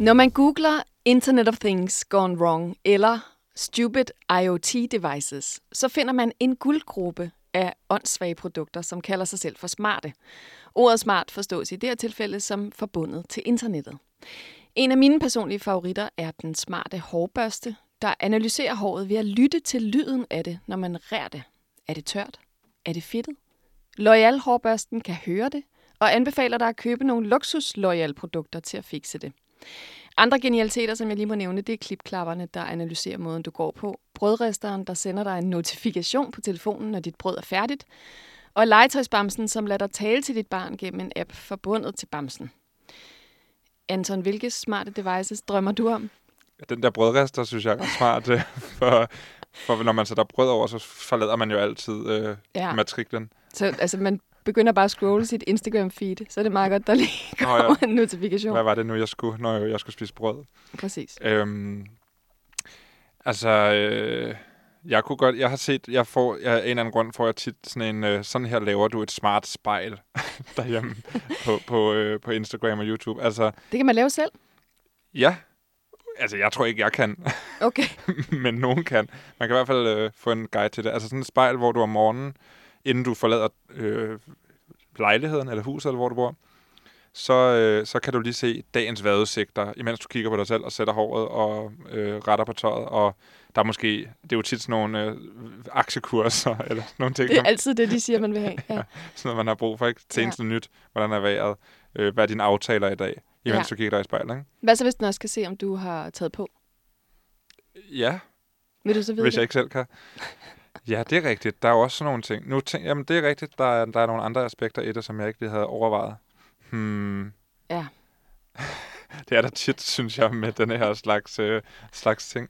Når man googler Internet of Things gone wrong eller stupid IoT devices, så finder man en guldgruppe af åndssvage produkter, som kalder sig selv for smarte. Ordet smart forstås i det her tilfælde som forbundet til internettet. En af mine personlige favoritter er den smarte hårbørste, der analyserer håret ved at lytte til lyden af det, når man rærer det. Er det tørt? Er det fedtet? L'Oreal hårbørsten kan høre det, og anbefaler dig at købe nogle luksus L'Oreal produkter til at fikse det. Andre genialiteter, som jeg lige må nævne, det er klipklapperne, der analyserer måden, du går på. Brødristeren, der sender dig en notifikation på telefonen, når dit brød er færdigt. Og legetøjsbamsen, som lader dig tale til dit barn gennem en app forbundet til bamsen. Anton, hvilke smarte devices drømmer du om? Den der brødrester, synes jeg er smart, for når man sætter brød over, så forlader man jo altid matriklen. Så altså, man begynder bare at scrolle sit Instagram-feed, så er det meget godt, der lige kommer en notifikation. Hvad var det nu, når jeg skulle spise brød? Præcis. Jeg har set, af en eller anden grund får jeg tit sådan en, sådan her laver du et smart spejl derhjemme på Instagram og YouTube. Altså, det kan man lave selv? Ja. Altså, jeg tror ikke, jeg kan. Okay. Men nogen kan. Man kan i hvert fald få en guide til det. Altså sådan et spejl, hvor du om morgenen, inden du forlader lejligheden eller huset, eller hvor du bor, så kan du lige se dagens vejrudsigter, imens du kigger på dig selv og sætter håret og retter på tøjet. Og der er måske, det er jo tit sådan nogle aktiekurser eller nogle ting. Det er altid det, de siger, man vil have. Ja. Sådan noget, man har brug for, ikke? Seneste nyt, hvordan er vejret, hvad er dine aftaler i dag, imens du kigger dig i spejlet, ikke? Hvad så, hvis den også kan se, om du har taget på? Ja. Vil du så vide hvis det? Jeg ikke selv kan. Ja, det er rigtigt. Der er jo også sådan nogle ting. Jamen, det er rigtigt. Der er nogle andre aspekter i det, som jeg ikke lige havde overvejet. Ja. Det er der tit, synes jeg, med den her slags ting.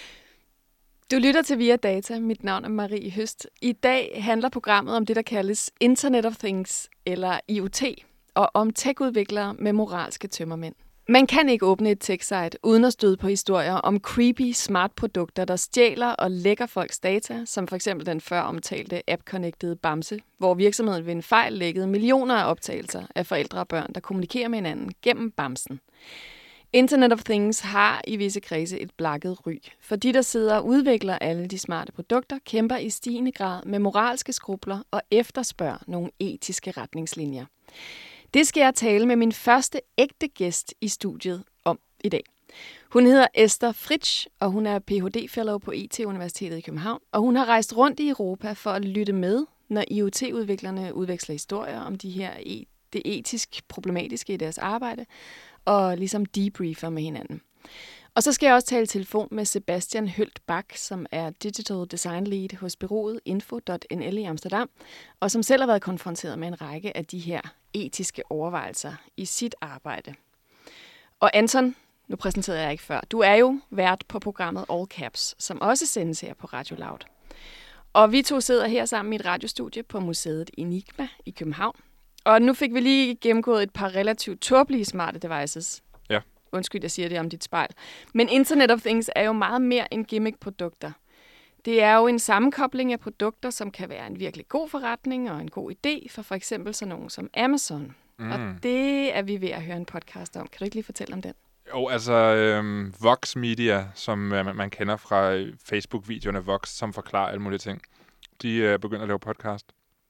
Du lytter til Via Data. Mit navn er Marie Høst. I dag handler programmet om det, der kaldes Internet of Things, eller IoT, og om tech-udviklere med moralske tømmermænd. Man kan ikke åbne et tech-site uden at støde på historier om creepy smart produkter, der stjæler og lækker folks data, som for eksempel den før omtalte app-connectede Bamse, hvor virksomheden ved en fejl lækkede millioner af optagelser af forældre og børn, der kommunikerer med hinanden gennem Bamsen. Internet of Things har i visse kredse et blakket ry, for de, der sidder og udvikler alle de smarte produkter, kæmper i stigende grad med moralske skrubler og efterspørger nogle etiske retningslinjer. Det skal jeg tale med min første ægte gæst i studiet om i dag. Hun hedder Esther Fritsch, og hun er Ph.D.-fellow på IT-universitetet i København, og hun har rejst rundt i Europa for at lytte med, når IoT-udviklerne udveksler historier om det etisk problematiske i deres arbejde, og ligesom debriefer med hinanden. Og så skal jeg også tale telefon med Sebastian Hølt Bak, som er Digital Design Lead hos bureauet Info.nl i Amsterdam, og som selv har været konfronteret med en række af de her etiske overvejelser i sit arbejde. Og Anton, nu præsenterede jeg ikke før, du er jo vært på programmet All Caps, som også sendes her på Radio Loud. Og vi to sidder her sammen i et radiostudie på museet Enigma i København. Og nu fik vi lige gennemgået et par relativt tåbelige smarte devices. Ja. Undskyld, jeg siger det om dit spejl. Men Internet of Things er jo meget mere end gimmick-produkter. Det er jo en sammenkobling af produkter, som kan være en virkelig god forretning og en god idé for eksempel sådan nogen som Amazon. Og det er vi ved at høre en podcast om. Kan du ikke lige fortælle om den? Jo, altså Vox Media, som man kender fra Facebook-videoerne Vox, som forklarer alle mulige ting. De begynder at lave podcast.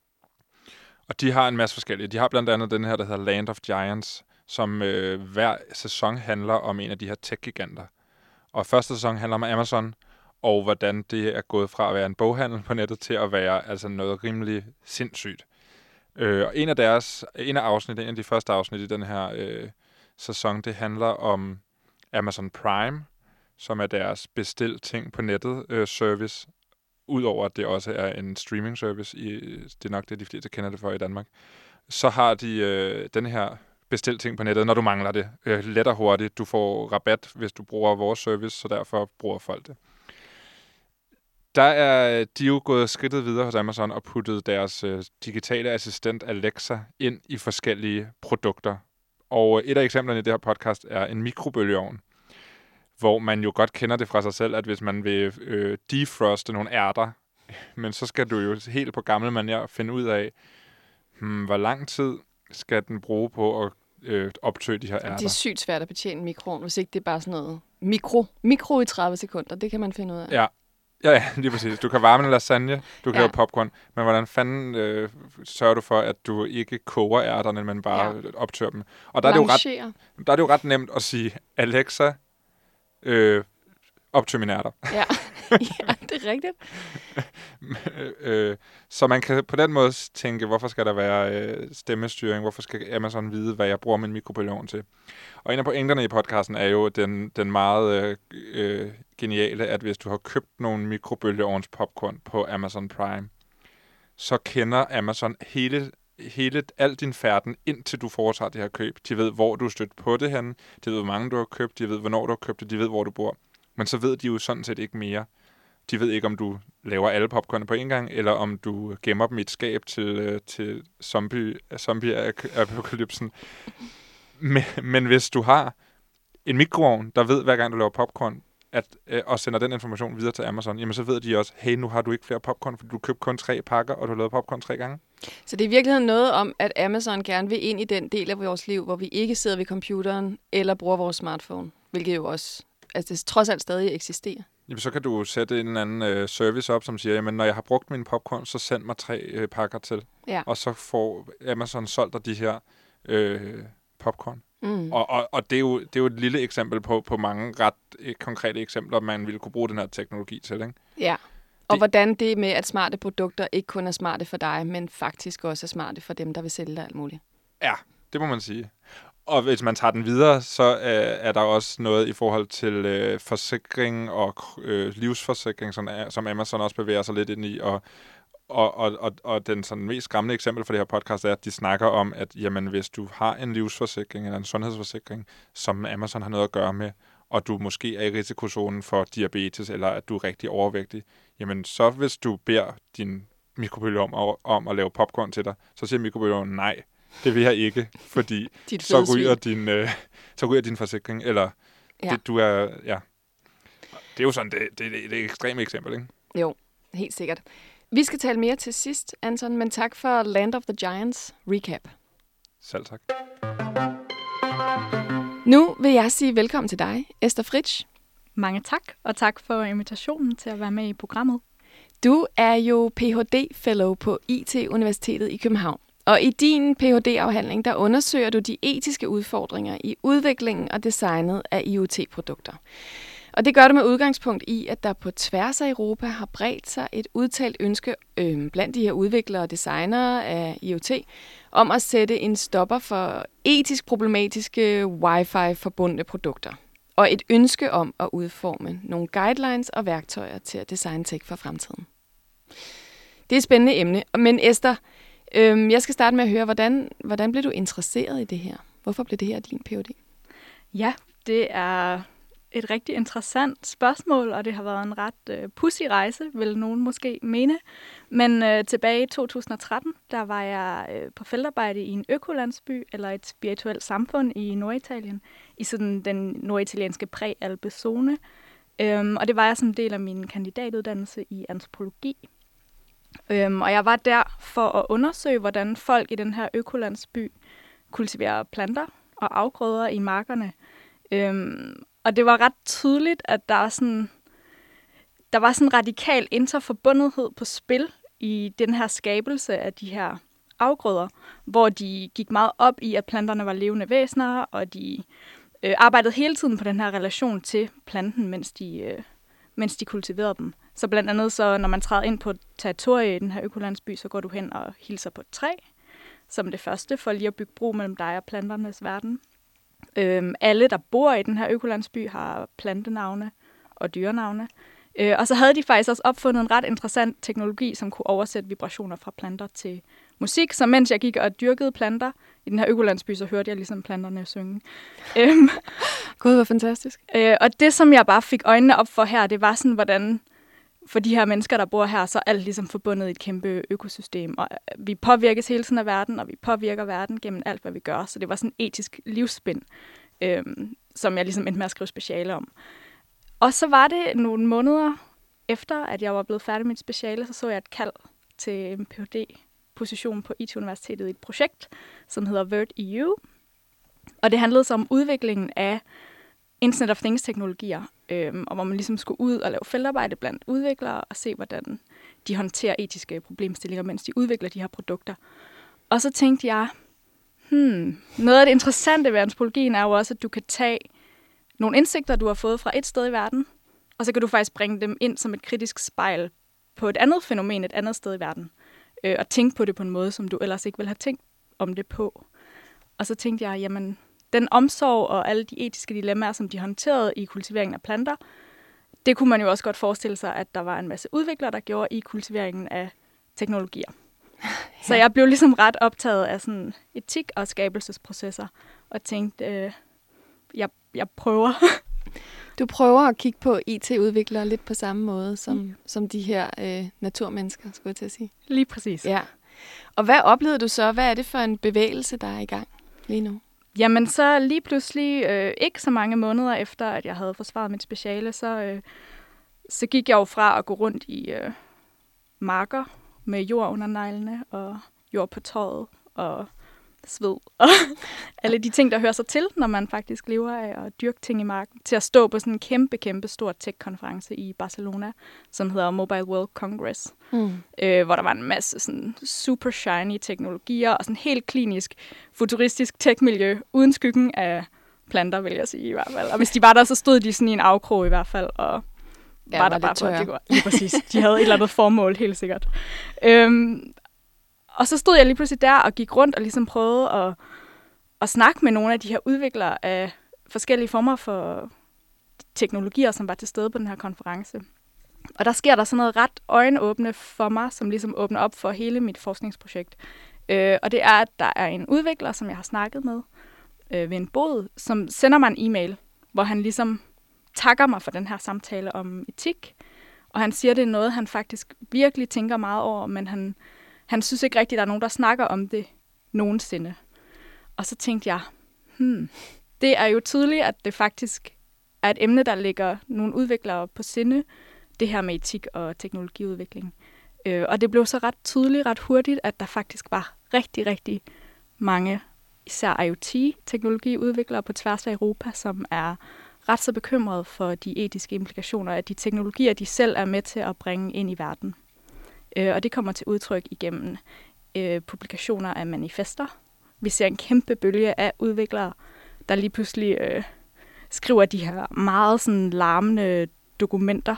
Og de har en masse forskellige. De har blandt andet den her, der hedder Land of Giants, som hver sæson handler om en af de her tech-giganter. Og første sæson handler om Amazon, og hvordan det er gået fra at være en boghandel på nettet til at være altså noget rimelig sindssygt. Og en af de første afsnit i den her sæson, det handler om Amazon Prime, som er deres bestil ting på nettet service, udover at det også er en streaming service, det er nok det, de fleste kender det for i Danmark. Så har de den her bestil ting på nettet, når du mangler det. Let og hurtigt. Du får rabat, hvis du bruger vores service, så derfor bruger folk det. Der er de jo gået skridtet videre hos Amazon og puttet deres digitale assistent Alexa ind i forskellige produkter. Og et af eksemplerne i det her podcast er en mikrobølgeovn, hvor man jo godt kender det fra sig selv, at hvis man vil defroste nogle ærter, men så skal du jo helt på gammel manér finde ud af, hvor lang tid skal den bruge på at optø de her ærter. Det er sygt svært at betjene mikroen, hvis ikke det er bare sådan noget mikro i 30 sekunder. Det kan man finde ud af. Ja, lige præcis. Du kan varme en lasagne, du kan lave popcorn, men hvordan fanden sørger du for, at du ikke koger ærterne, men bare optører dem? Og der er det jo ret nemt at sige, Alexa, optør mine ærter. Ja. Ja, det er rigtigt. Så man kan på den måde tænke, hvorfor skal der være stemmestyring? Hvorfor skal Amazon vide, hvad jeg bruger min mikrobølgeovn til? Og en af pointerne i podcasten er jo den meget geniale, at hvis du har købt nogle mikrobølgeovns popcorn på Amazon Prime, så kender Amazon al din færden, indtil du foretager det her køb. De ved, hvor du er stødt på det henne. De ved, hvor mange du har købt. De ved, hvornår du har købt det. De ved, hvor du bor. Men så ved de jo sådan set ikke mere. De ved ikke, om du laver alle popcorn på en gang, eller om du gemmer dem i et skab til zombie-apokalypsen. Men hvis du har en mikroovn, der ved, hver gang du laver popcorn, og sender den information videre til Amazon, jamen så ved de også, hey, nu har du ikke flere popcorn, fordi du købte kun 3 pakker, og du har lavet popcorn 3 gange. Så det er i virkeligheden noget om, at Amazon gerne vil ind i den del af vores liv, hvor vi ikke sidder ved computeren eller bruger vores smartphone, hvilket jo også det trods alt stadig eksisterer. Jamen, så kan du sætte en eller anden service op, som siger, jamen, når jeg har brugt min popcorn, så send mig 3 pakker til. Ja. Og så får Amazon solgt dig de her popcorn. Mm. Og det er jo et lille eksempel på mange ret konkrete eksempler, man ville kunne bruge den her teknologi til, ikke? Ja, og hvordan det med, at smarte produkter ikke kun er smarte for dig, men faktisk også er smarte for dem, der vil sælge dig alt muligt. Ja, det må man sige. Og hvis man tager den videre, så er der også noget i forhold til forsikring og livsforsikring, som Amazon også bevæger sig lidt ind i. Og den sådan mest skræmmende eksempel for det her podcast er, at de snakker om, at jamen, hvis du har en livsforsikring eller en sundhedsforsikring, som Amazon har noget at gøre med, og du måske er i risikozonen for diabetes, eller at du er rigtig overvægtig, jamen så hvis du beder din mikrobølgeovn om at lave popcorn til dig, så siger mikrobølgeovnen nej. Det vil jeg ikke, fordi så ryger din forsikring, eller du er, ja. Det er jo sådan, det er et ekstremt eksempel, ikke? Jo, helt sikkert. Vi skal tale mere til sidst, Anton, men tak for Land of the Giants recap. Selv tak. Nu vil jeg sige velkommen til dig, Esther Fritsch. Mange tak, og tak for invitationen til at være med i programmet. Du er jo Ph.D.-fellow på IT-universitetet i København. Og i din Ph.D.-afhandling, der undersøger du de etiske udfordringer i udviklingen og designet af IoT-produkter. Og det gør du med udgangspunkt i, at der på tværs af Europa har bredt sig et udtalt ønske blandt de her udviklere og designere af IoT, om at sætte en stopper for etisk problematiske Wi-Fi-forbundne produkter. Og et ønske om at udforme nogle guidelines og værktøjer til at designe tech for fremtiden. Det er et spændende emne, men Esther, jeg skal starte med at høre, hvordan blev du interesseret i det her? Hvorfor blev det her din Ph.D.? Ja, det er et rigtig interessant spørgsmål, og det har været en ret pudsig rejse, vil nogen måske mene. Men tilbage i 2013, der var jeg på feltarbejde i en økolandsby, eller et spirituelt samfund i Norditalien, i sådan den norditalienske præalpezone. Og det var jeg som del af min kandidatuddannelse i antropologi. Og jeg var der for at undersøge, hvordan folk i den her økolandsby kultiverer planter og afgrøder i markerne. Og det var ret tydeligt, at der var sådan en radikal interforbundethed på spil i den her skabelse af de her afgrøder, hvor de gik meget op i, at planterne var levende væsener, og de arbejdede hele tiden på den her relation til planten, mens de kultiverede dem. Så blandt andet, så når man træder ind på territoriet i den her økolandsby, så går du hen og hilser på et træ, som det første, for lige at bygge bro mellem dig og planternes verden. Alle, der bor i den her økolandsby, har plantenavne og dyrenavne. Og så havde de faktisk også opfundet en ret interessant teknologi, som kunne oversætte vibrationer fra planter til musik. Så mens jeg gik og dyrkede planter i den her økolandsby, så hørte jeg ligesom planterne synge. Gud, hvor fantastisk. Og det, som jeg bare fik øjnene op for her, det var sådan, hvordan for de her mennesker, der bor her, så er alt ligesom forbundet i et kæmpe økosystem. Og vi påvirkes hele tiden af verden, og vi påvirker verden gennem alt, hvad vi gør. Så det var sådan en etisk livsspind, som jeg ligesom endte med at skrive speciale om. Og så var det nogle måneder efter, at jeg var blevet færdig med mit speciale, så jeg et kald til en Ph.D.-position på IT-universitetet i et projekt, som hedder VERT EU. Og det handlede så om udviklingen af Internet of Things-teknologier, og hvor man ligesom skulle ud og lave feltarbejde blandt udviklere og se, hvordan de håndterer etiske problemstillinger, mens de udvikler de her produkter. Og så tænkte jeg, noget af det interessante ved antropologien er jo også, at du kan tage nogle indsigter, du har fået fra et sted i verden, og så kan du faktisk bringe dem ind som et kritisk spejl på et andet fænomen et andet sted i verden, og tænke på det på en måde, som du ellers ikke ville have tænkt om det på. Og så tænkte jeg, jamen, den omsorg og alle de etiske dilemmaer, som de håndterede i kultiveringen af planter, det kunne man jo også godt forestille sig, at der var en masse udviklere, der gjorde i kultiveringen af teknologier. Ja. Så jeg blev ligesom ret optaget af sådan etik og skabelsesprocesser, og tænkte, jeg prøver. Du prøver at kigge på IT-udviklere lidt på samme måde som de her naturmennesker, skulle jeg til at sige. Lige præcis. Ja. Og hvad oplevede du så? Hvad er det for en bevægelse, der er i gang lige nu? Jamen så lige pludselig, ikke så mange måneder efter, at jeg havde forsvaret mit speciale, så gik jeg jo fra at gå rundt i marker med jord under neglene og jord på tøjet og sved og alle de ting, der hører sig til, når man faktisk lever af at dyrke ting i marken, til at stå på sådan en kæmpe stor tech-konference i Barcelona, som hedder Mobile World Congress, hvor der var en masse sådan super shiny teknologier og sådan helt klinisk, futuristisk tech-miljø, uden skyggen af planter, vil jeg sige i hvert fald. Og hvis de var der, så stod de sådan i en afkrog i hvert fald, og var der bare for, at det går. Lige præcis. De havde et eller andet formål, helt sikkert. Og så stod jeg lige pludselig der og gik rundt og ligesom prøvede at snakke med nogle af de her udviklere af forskellige former for teknologier, som var til stede på den her konference. Og der sker der sådan noget ret øjenåbne for mig, som ligesom åbner op for hele mit forskningsprojekt. Og det er, at der er en udvikler, som jeg har snakket med ved en bod, som sender mig en e-mail, hvor han ligesom takker mig for den her samtale om etik. Og han siger, det er noget, han faktisk virkelig tænker meget over, men han synes ikke rigtigt, at der er nogen, der snakker om det nogensinde. Og så tænkte jeg, det er jo tydeligt, at det faktisk er et emne, der ligger nogle udviklere på sinde, det her med etik og teknologiudvikling. Og det blev så ret tydeligt, ret hurtigt, at der faktisk var rigtig mange, især IoT-teknologiudviklere på tværs af Europa, som er ret så bekymrede for de etiske implikationer af de teknologier, de selv er med til at bringe ind i verden. Og det kommer til udtryk igennem publikationer af manifester. Vi ser en kæmpe bølge af udviklere, der lige pludselig skriver de her meget sådan larmende dokumenter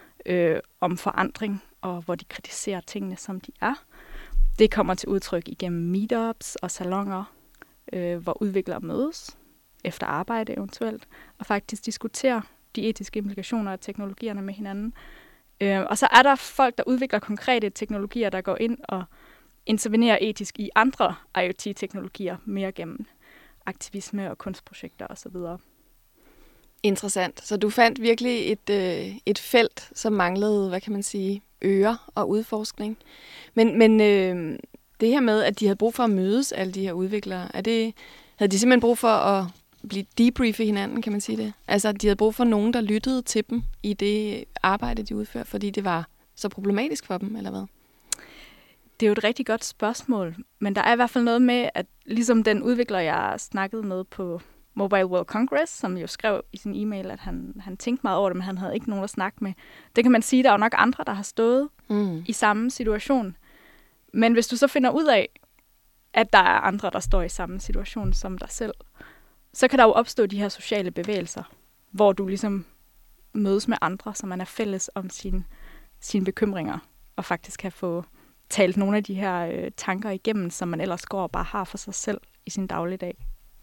om forandring, og hvor de kritiserer tingene, som de er. Det kommer til udtryk igennem meetups og salonger, hvor udviklere mødes efter arbejde eventuelt, og faktisk diskuterer de etiske implikationer af teknologierne med hinanden. Og så er der folk, der udvikler konkrete teknologier, der går ind og intervenerer etisk i andre IoT-teknologier, mere gennem aktivisme og kunstprojekter osv. Interessant. Så du fandt virkelig et felt, som manglede, hvad kan man sige, ører og udforskning. Men det her med, at de havde brug for at mødes, alle de her udviklere, havde de simpelthen brug for at blive debriefe hinanden, kan man sige det? Altså, de havde brug for nogen, der lyttede til dem i det arbejde, de udførte, fordi det var så problematisk for dem, eller hvad? Det er jo et rigtig godt spørgsmål, men der er i hvert fald noget med, at ligesom den udvikler, jeg snakkede med på Mobile World Congress, som jo skrev i sin e-mail, at han tænkte meget over det, men han havde ikke nogen at snakke med. Det kan man sige, der er jo nok andre, der har stået i samme situation. Men hvis du så finder ud af, at der er andre, der står i samme situation som dig selv, så kan der jo opstå de her sociale bevægelser, hvor du ligesom mødes med andre, så man er fælles om sine bekymringer, og faktisk kan få talt nogle af de her tanker igennem, som man ellers går og bare har for sig selv i sin dagligdag.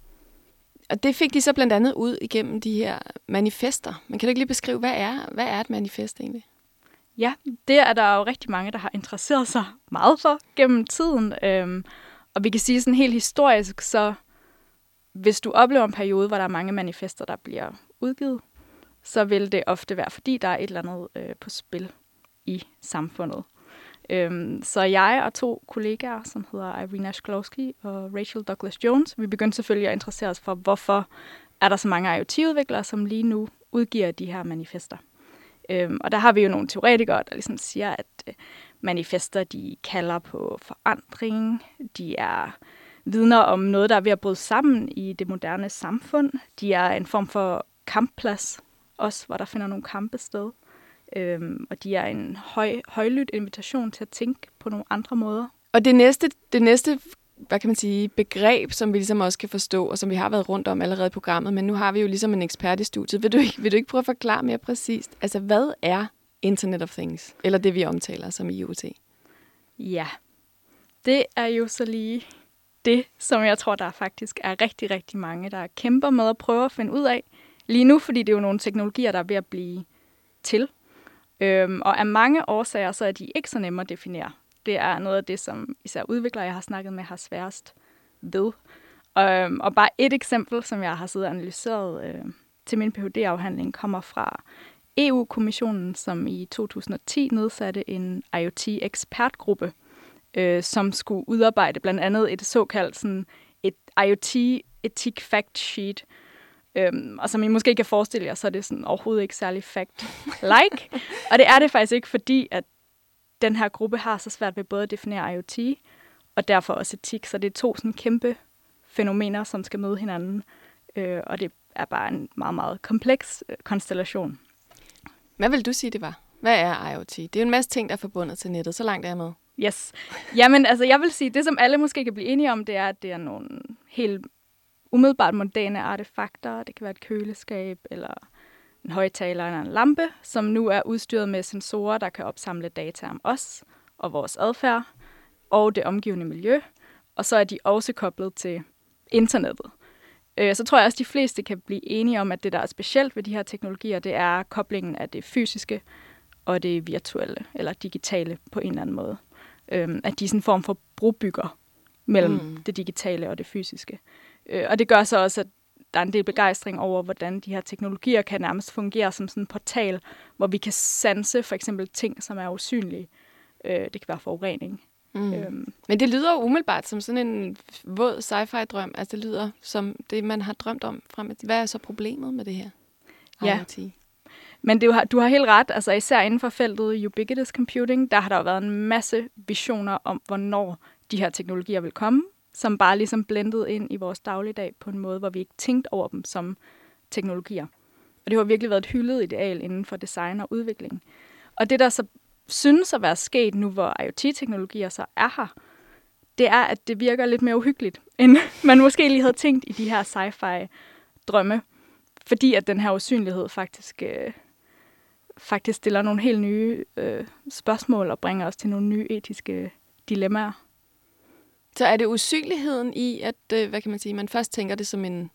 Og det fik de så blandt andet ud igennem de her manifester. Men kan du ikke lige beskrive, hvad er et manifest egentlig? Ja, det er der jo rigtig mange, der har interesseret sig meget for gennem tiden. Og vi kan sige sådan helt historisk, så hvis du oplever en periode, hvor der er mange manifester, der bliver udgivet, så vil det ofte være, fordi der er et eller andet på spil i samfundet. Så jeg og 2 kollegaer, som hedder Irina Shklovsky og Rachel Douglas Jones, vi begyndte selvfølgelig at interessere os for, hvorfor er der så mange IoT-udviklere, som lige nu udgiver de her manifester. Og der har vi jo nogle teoretikere, der ligesom siger, at manifester, de kalder på forandring, de er vidner om noget, der er ved at bryde sammen i det moderne samfund. De er en form for kampplads, også hvor der finder nogle kampe sted. Og de er en højlydt invitation til at tænke på nogle andre måder. Og det næste hvad kan man sige, begreb, som vi ligesom også kan forstå, og som vi har været rundt om allerede i programmet, men nu har vi jo ligesom en ekspert i studiet. Vil du ikke prøve at forklare mere præcist? Altså, hvad er Internet of Things? Eller det, vi omtaler som IoT? Ja, det er jo så lige det, som jeg tror, der faktisk er rigtig, rigtig mange, der kæmper med at prøve at finde ud af. Lige nu, fordi det er jo nogle teknologier, der er ved at blive til. Og af mange årsager, så er de ikke så nemme at definere. Det er noget af det, som især udviklere, jeg har snakket med, har sværest ved. Og bare et eksempel, som jeg har siddet og analyseret til min Ph.D.-afhandling, kommer fra EU-kommissionen, som i 2010 nedsatte en IoT-ekspertgruppe, som skulle udarbejde blandt andet et såkaldt sådan, et IoT-etik fact sheet. Og som I måske kan forestille jer, så er det sådan overhovedet ikke særlig fact-like. Og det er det faktisk ikke, fordi at den her gruppe har så svært ved både at definere IoT, og derfor også etik. Så det er to sådan kæmpe fænomener, som skal møde hinanden. Og det er bare en meget, meget kompleks konstellation. Hvad vil du sige, det var? Hvad er IoT? Det er jo en masse ting, der er forbundet til nettet. Så langt er jeg med. Yes. Jamen, altså, jeg vil sige, det som alle måske kan blive enige om, det er, at det er nogle helt umiddelbart moderne artefakter. Det kan være et køleskab, eller en højttaler eller en lampe, som nu er udstyret med sensorer, der kan opsamle data om os og vores adfærd og det omgivende miljø. Og så er de også koblet til internettet. Så tror jeg også, at de fleste kan blive enige om, at det, der er specielt ved de her teknologier, det er koblingen af det fysiske og det virtuelle eller digitale på en eller anden måde. At de er sådan en form for brobygger mellem det digitale og det fysiske. Og det gør så også, at der er en del begejstring over, hvordan de her teknologier kan nærmest fungere som sådan en portal, hvor vi kan sanse for eksempel ting, som er usynlige. Det kan være forurening. Men det lyder jo umiddelbart som sådan en våd sci-fi-drøm. Altså det lyder som det, man har drømt om frem. Hvad er så problemet med det her? IoT? Men du har helt ret. Altså især inden for feltet ubiquitous computing, der har der været en masse visioner om, hvornår de her teknologier vil komme, som bare ligesom blendede ind i vores dagligdag på en måde, hvor vi ikke tænkte over dem som teknologier. Og det har virkelig været et hyldet ideal inden for design og udvikling. Og det, der så synes at være sket nu, hvor IoT-teknologier så er her, det er, at det virker lidt mere uhyggeligt, end man måske lige havde tænkt i de her sci-fi-drømme. Fordi at den her usynlighed faktisk stiller nogle helt nye spørgsmål og bringer os til nogle nye etiske dilemmaer. Så er det usynligheden i, at hvad kan man sige, man først tænker det som en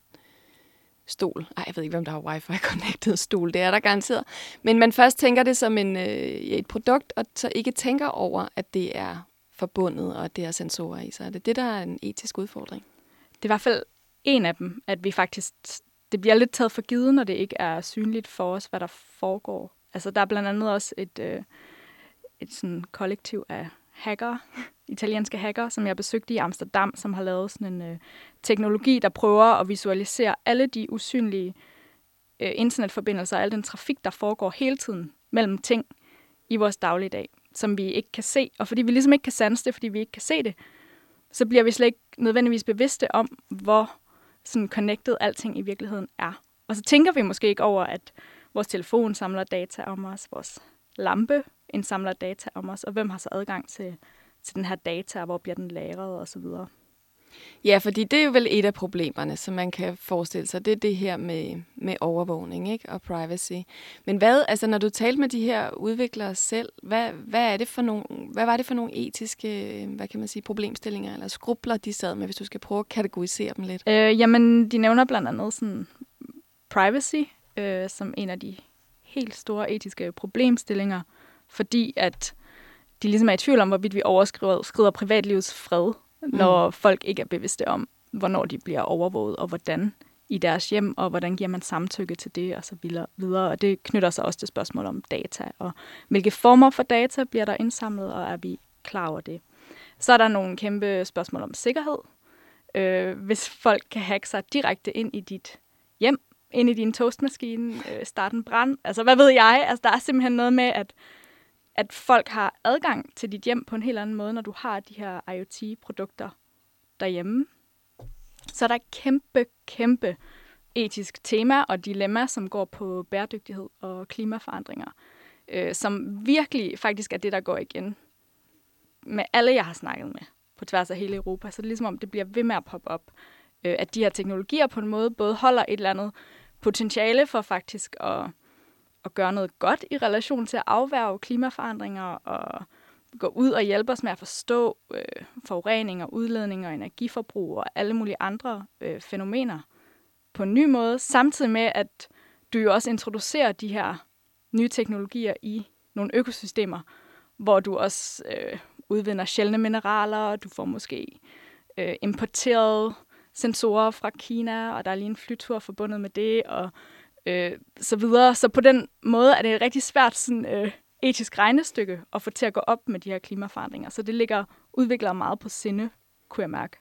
stol. Jeg ved ikke, hvem der har wifi-connected stol. Det er der garanteret. Men man først tænker det som et produkt, og så ikke tænker over, at det er forbundet, og at det er sensorer i sig. Er det det, der er en etisk udfordring? Det er i hvert fald en af dem, at vi faktisk, det bliver lidt taget for givet, når det ikke er synligt for os, hvad der foregår. Altså, der er blandt andet også et sådan kollektiv af hackere, italienske hackere, som jeg besøgte i Amsterdam, som har lavet sådan en teknologi, der prøver at visualisere alle de usynlige internetforbindelser, al den trafik, der foregår hele tiden mellem ting i vores dagligdag, som vi ikke kan se. Og fordi vi ligesom ikke kan sanse det, fordi vi ikke kan se det, så bliver vi slet ikke nødvendigvis bevidste om, hvor sådan connected alting i virkeligheden er. Og så tænker vi måske ikke over, at vores telefon samler data om os, vores lampe indsamler data om os, og hvem har så adgang til den her data, hvor bliver den lagret og så videre. Ja, fordi det er jo vel et af problemerne, som man kan forestille sig. Det er det her med overvågning, ikke? Og privacy. Men når du talte med de her udviklere selv, hvad var det for nogle etiske, hvad kan man sige, problemstillinger eller skrubler, de sad med, hvis du skal prøve at kategorisere dem lidt? Jamen, de nævner blandt andet sådan privacy som en af de helt store etiske problemstillinger, fordi at de ligesom er i tvivl om, hvorvidt vi overskrider privatlivets fred, når folk ikke er bevidste om, hvornår de bliver overvåget, og hvordan i deres hjem, og hvordan giver man samtykke til det, og så videre. Og det knytter sig også til spørgsmål om data, og hvilke former for data bliver der indsamlet, og er vi klar over det. Så er der nogle kæmpe spørgsmål om sikkerhed. Hvis folk kan hacke sig direkte ind i dit hjem, ind i din toastmaskine, starte en brand. Altså, hvad ved jeg? Altså, der er simpelthen noget med, at folk har adgang til dit hjem på en helt anden måde, når du har de her IoT-produkter derhjemme. så er der et kæmpe etisk tema og dilemma, som går på bæredygtighed og klimaforandringer, som virkelig faktisk er det, der går igen med alle, jeg har snakket med på tværs af hele Europa. Så det er ligesom om, det bliver ved med at poppe op, at de her teknologier på en måde både holder et eller andet potentiale for faktisk at gøre noget godt i relation til at afværge klimaforandringer og gå ud og hjælpe os med at forstå forurening og udledning og energiforbrug og alle mulige andre fænomener på en ny måde, samtidig med, at du jo også introducerer de her nye teknologier i nogle økosystemer, hvor du også udvinder sjældne mineraler, og du får måske importeret sensorer fra Kina, og der er lige en flytur forbundet med det, og så videre. Så på den måde er det et rigtig svært sådan, etisk regnestykke at få til at gå op med de her klimaforandringer. Så det ligger udviklere meget på sinde, kunne jeg mærke.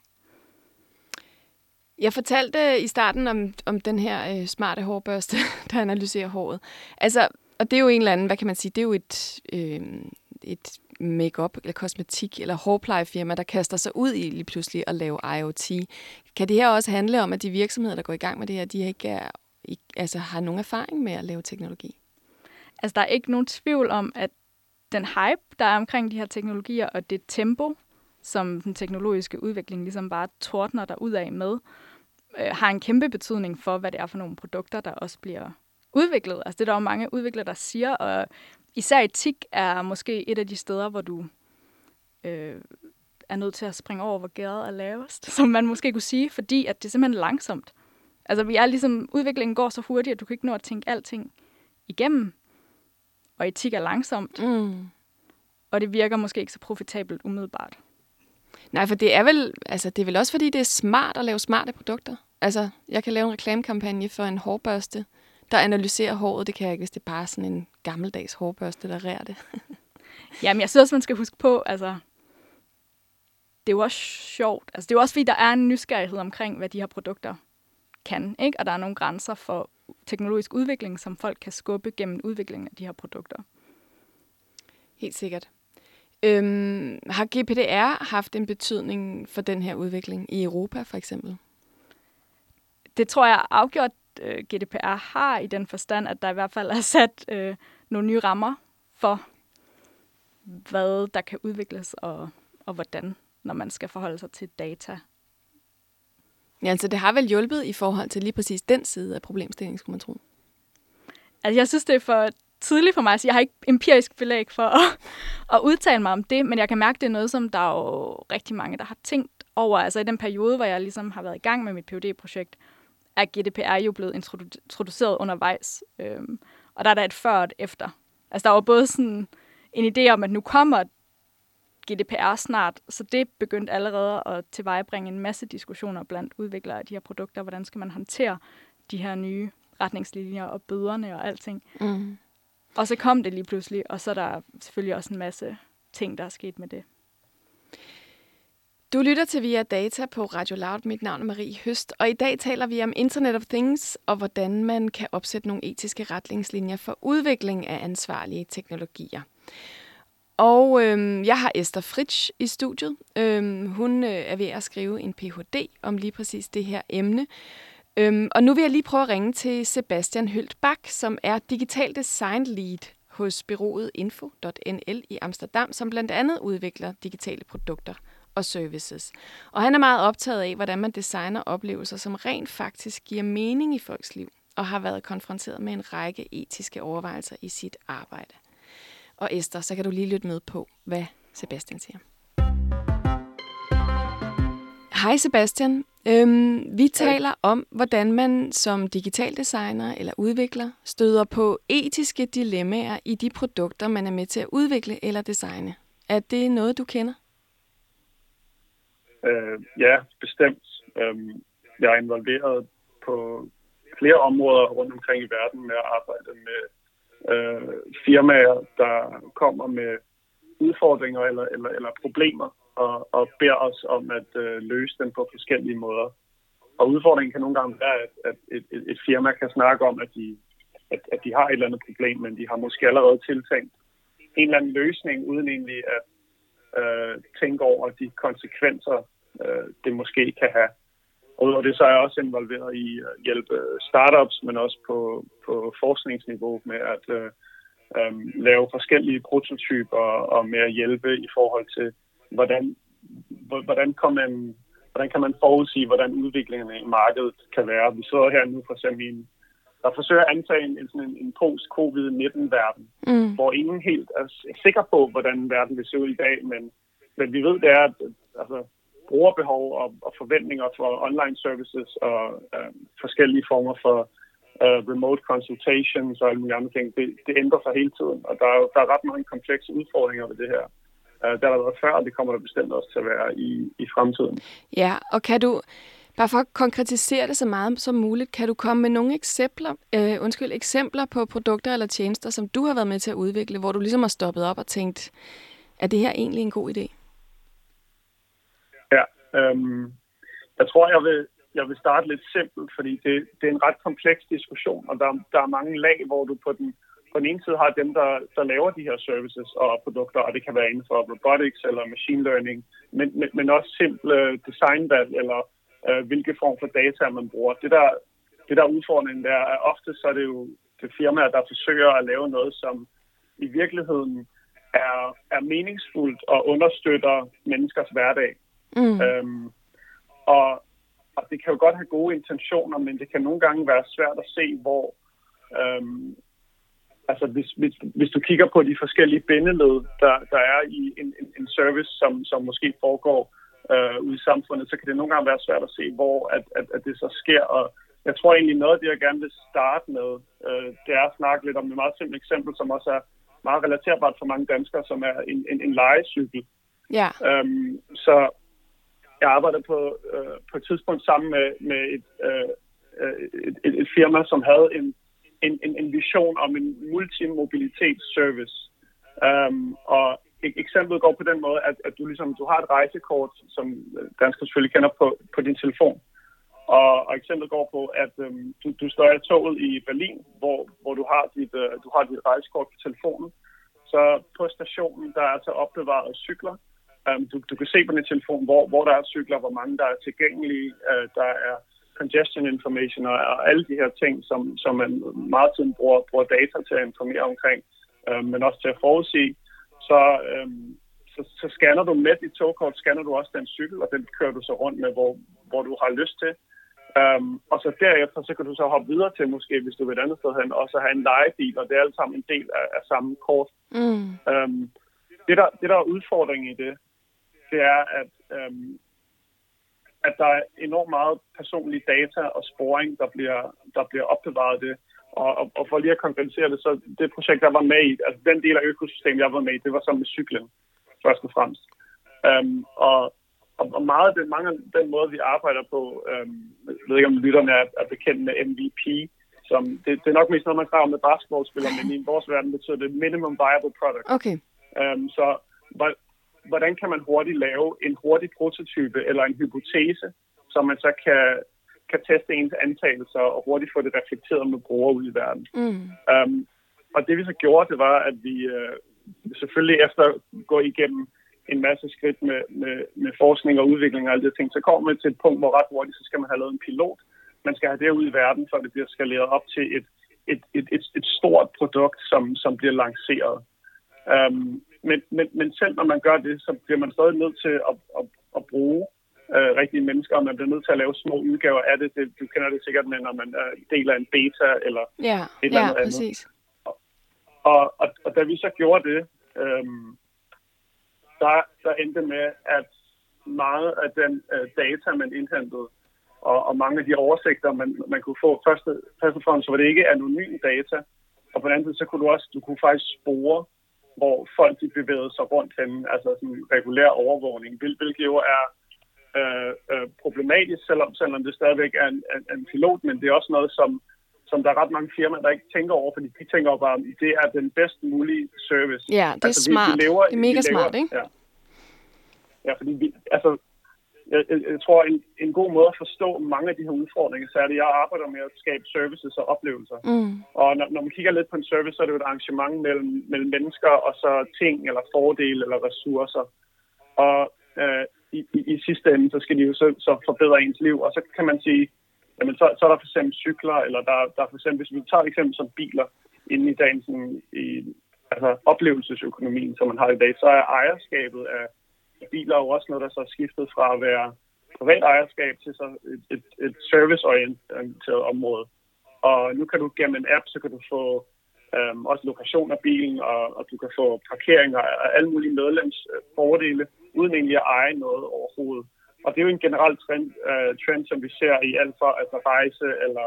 Jeg fortalte i starten om den her smarte hårbørste, der analyserer håret. Altså, og det er jo en eller anden, hvad kan man sige, det er jo et make-up eller kosmetik eller hårplejefirma, der kaster sig ud i lige pludselig at lave IoT. Kan det her også handle om, at de virksomheder, der går i gang med det her, de ikke har nogen erfaring med at lave teknologi? Altså, der er ikke nogen tvivl om, at den hype, der er omkring de her teknologier, og det tempo, som den teknologiske udvikling ligesom bare tordner derudad med, har en kæmpe betydning for, hvad det er for nogle produkter, der også bliver udviklet. Altså, det er der jo mange udviklere, der siger, og især etik er måske et af de steder, hvor du er nødt til at springe over, hvor gæret er lavest, som man måske kunne sige, fordi at det er simpelthen langsomt. Altså, udviklingen går så hurtigt, at du kan ikke nå at tænke alting igennem, og etik er langsomt, og det virker måske ikke så profitabelt umiddelbart. Nej, for det er vel også, fordi det er smart at lave smarte produkter. Altså, jeg kan lave en reklamekampagne for en hårbørste, der analyserer håret. Det kan jeg ikke, hvis det er bare sådan en gammeldags hårbørste, der rærer det. Jamen, jeg synes også, man skal huske på, altså, det er jo også sjovt. Altså, det er jo også, fordi der er en nysgerrighed omkring, hvad de her produkter kan, ikke? Og der er nogle grænser for teknologisk udvikling, som folk kan skubbe gennem udviklingen af de her produkter. Helt sikkert. Har GDPR haft en betydning for den her udvikling i Europa, for eksempel? Det tror jeg afgjort, GDPR har i den forstand, at der i hvert fald er sat nogle nye rammer for, hvad der kan udvikles og hvordan, når man skal forholde sig til data. Ja, altså det har vel hjulpet i forhold til lige præcis den side af problemstillingen, skulle man tro. Altså jeg synes, det er for tidligt for mig, så jeg har ikke empirisk belæg for at udtale mig om det, men jeg kan mærke, det er noget, som der er jo rigtig mange, der har tænkt over. Altså i den periode, hvor jeg ligesom har været i gang med mit PhD-projekt, er GDPR jo blevet introduceret undervejs. Og der er der et før og et efter. Altså der var både sådan en idé om, at nu kommer GDPR snart, så det begyndte allerede at tilvejebringe en masse diskussioner blandt udviklere af de her produkter. Hvordan skal man håndtere de her nye retningslinjer og bøderne og alting. Mm. Og så kom det lige pludselig, og så er der selvfølgelig også en masse ting, der er sket med det. Du lytter til Via Data på Radio Loud. Mit navn er Marie Høst, og i dag taler vi om Internet of Things og hvordan man kan opsætte nogle etiske retningslinjer for udvikling af ansvarlige teknologier. Og jeg har Esther Fritsch i studiet. Hun er ved at skrive en Ph.D. om lige præcis det her emne. Og nu vil jeg lige prøve at ringe til Sebastian Hølt Bak, som er digital design lead hos bureauet info.nl i Amsterdam, som blandt andet udvikler digitale produkter og services. Og han er meget optaget af, hvordan man designer oplevelser, som rent faktisk giver mening i folks liv, og har været konfronteret med en række etiske overvejelser i sit arbejde. Og Esther, så kan du lige lytte med på, hvad Sebastian siger. Hej Sebastian. Vi taler om, hvordan man som digital designer eller udvikler støder på etiske dilemmaer i de produkter, man er med til at udvikle eller designe. Er det noget, du kender? Ja, bestemt. Jeg er involveret på flere områder rundt omkring i verden med at arbejde med firmaer, der kommer med udfordringer eller problemer og beder os om at løse dem på forskellige måder. Og udfordringen kan nogle gange være, at et firma kan snakke om, at de har et eller andet problem, men de har måske allerede tiltænkt en eller anden løsning, uden egentlig at tænke over de konsekvenser, det måske kan have. Og det så er jeg også involveret i at hjælpe startups, men også på forskningsniveau med at lave forskellige prototyper og med at hjælpe i forhold til, hvordan kan man forudsige, hvordan udviklingen i markedet kan være. Vi sidder her nu for eksempel der forsøger at antage en post-covid-19-verden, hvor ingen helt er sikker på, hvordan verden vil se ud i dag, men vi ved, det er, at brugerbehov og forventninger for online services og forskellige former for remote consultations og alle mulige andre ting, det ændrer sig hele tiden, og der er ret mange komplekse udfordringer ved det her. Der har været før, og det kommer der bestemt også til at være i fremtiden. Ja, og kan du, bare for at konkretisere det så meget som muligt, kan du komme med nogle eksempler på produkter eller tjenester, som du har været med til at udvikle, hvor du ligesom har stoppet op og tænkt, er det her egentlig en god idé? Ja, jeg tror, jeg vil starte lidt simpelt, fordi det er en ret kompleks diskussion, og der er mange lag, hvor du på den ene side har dem, der laver de her services og produkter, og det kan være inden for robotics eller machine learning, men også simple designvalg eller hvilke form for data man bruger. Det der udfordringen der er ofte, så er det jo det firmaer, der forsøger at lave noget, som i virkeligheden er meningsfuldt og understøtter menneskers hverdag. Og det kan jo godt have gode intentioner, men det kan nogle gange være svært at se, hvor hvis du kigger på de forskellige bindeled, der er i en service, som måske foregår ude i samfundet, så kan det nogle gange være svært at se, hvor at det så sker. Og jeg tror egentlig noget af det, jeg gerne vil starte med, det er at snakke lidt om et meget simpelt eksempel, som også er meget relaterbart for mange danskere, som er en lejecykel. Ja. Så jeg arbejdede på et tidspunkt sammen med et firma, som havde en vision om en multimobilitetsservice. Og eksemplet går på den måde, at du har et rejsekort, som danskere selvfølgelig kender på din telefon. Og eksemplet går på, at du står i toget i Berlin, hvor du har dit rejsekort på telefonen. Så på stationen, der er så opbevaret cykler. Du kan se på din telefon, hvor der er cykler, hvor mange der er tilgængelige, der er congestion information og alle de her ting, som man meget tiden bruger data til at informere omkring, men også til at forudsige. Så scanner du med dit togkort, scanner du også den cykel, og den kører du så rundt med, hvor du har lyst til. Og så derefter, så kan du så hoppe videre til, måske hvis du vil et andet sted hen, og så have en lejebil, og det er alle sammen en del af samme kort. Det der er udfordringen i det er, at der er enormt meget personlig data og sporing, der bliver opbevaret det. Og for lige at kompensere det, så det projekt, jeg var med i, altså den del af økosystemet, jeg var med i, det var sammen med cyklen, først og fremmest. Og mange af den måde, vi arbejder på, jeg ved ikke, om lytterne er bekendt med MVP, som det er nok mest noget, man snakker med basketballspillere, men i vores verden betyder det minimum viable product. Okay. Så hvordan kan man hurtigt lave en hurtig prototype eller en hypotese, så man så kan teste ens antagelser og hurtigt få det reflekteret med brugere ud i verden. Og det vi så gjorde, det var, at vi selvfølgelig efter går igennem en masse skridt med forskning og udvikling og alle de ting, så kommer man til et punkt, hvor ret hurtigt, så skal man have lavet en pilot. Man skal have det ud i verden, så det bliver skaleret op til et stort produkt, som bliver lanceret. Men selv når man gør det, så bliver man stadig nødt til at bruge rigtige mennesker, og man bliver nødt til at lave små udgaver af det. Du kender det sikkert, når man deler en beta eller et eller andet præcis. Og da vi så gjorde det, der endte med, at meget af den data, man indhentede, og mange af de oversigter, man kunne få, først og fremmest, så var det ikke anonym data, og på den anden side, så kunne du kunne faktisk spore, hvor folk de bevægede sig rundt henne, altså sådan regulær overvågning, hvilket jo er problematisk, selvom det stadigvæk er en pilot, men det er også noget, som der er ret mange firmaer, der ikke tænker over, fordi de tænker bare, at det er den bedst mulige service. Ja, det er smart. Det er mega smart, ikke? Ja, fordi jeg tror, en god måde at forstå mange af de her udfordringer, så er det, at jeg arbejder med at skabe services og oplevelser. Og når man kigger lidt på en service, så er det jo et arrangement mellem mennesker og så ting, eller fordele, eller ressourcer. Og i sidste ende, så skal de jo så forbedre ens liv. Og så kan man sige, jamen, så er der for eksempel cykler, eller der er for eksempel, hvis vi tager et eksempel som biler, inde i dagens oplevelsesøkonomien, som man har i dag, så er ejerskabet af biler jo også noget, der så er skiftet fra at være privat ejerskab til så et serviceorienteret område. Og nu kan du gennem en app, så kan du få også lokation af bilen, og du kan få parkeringer og alle mulige medlemsfordele, uden egentlig at eje noget overhovedet. Og det er jo en generel trend, som vi ser i alt fra altså rejse, eller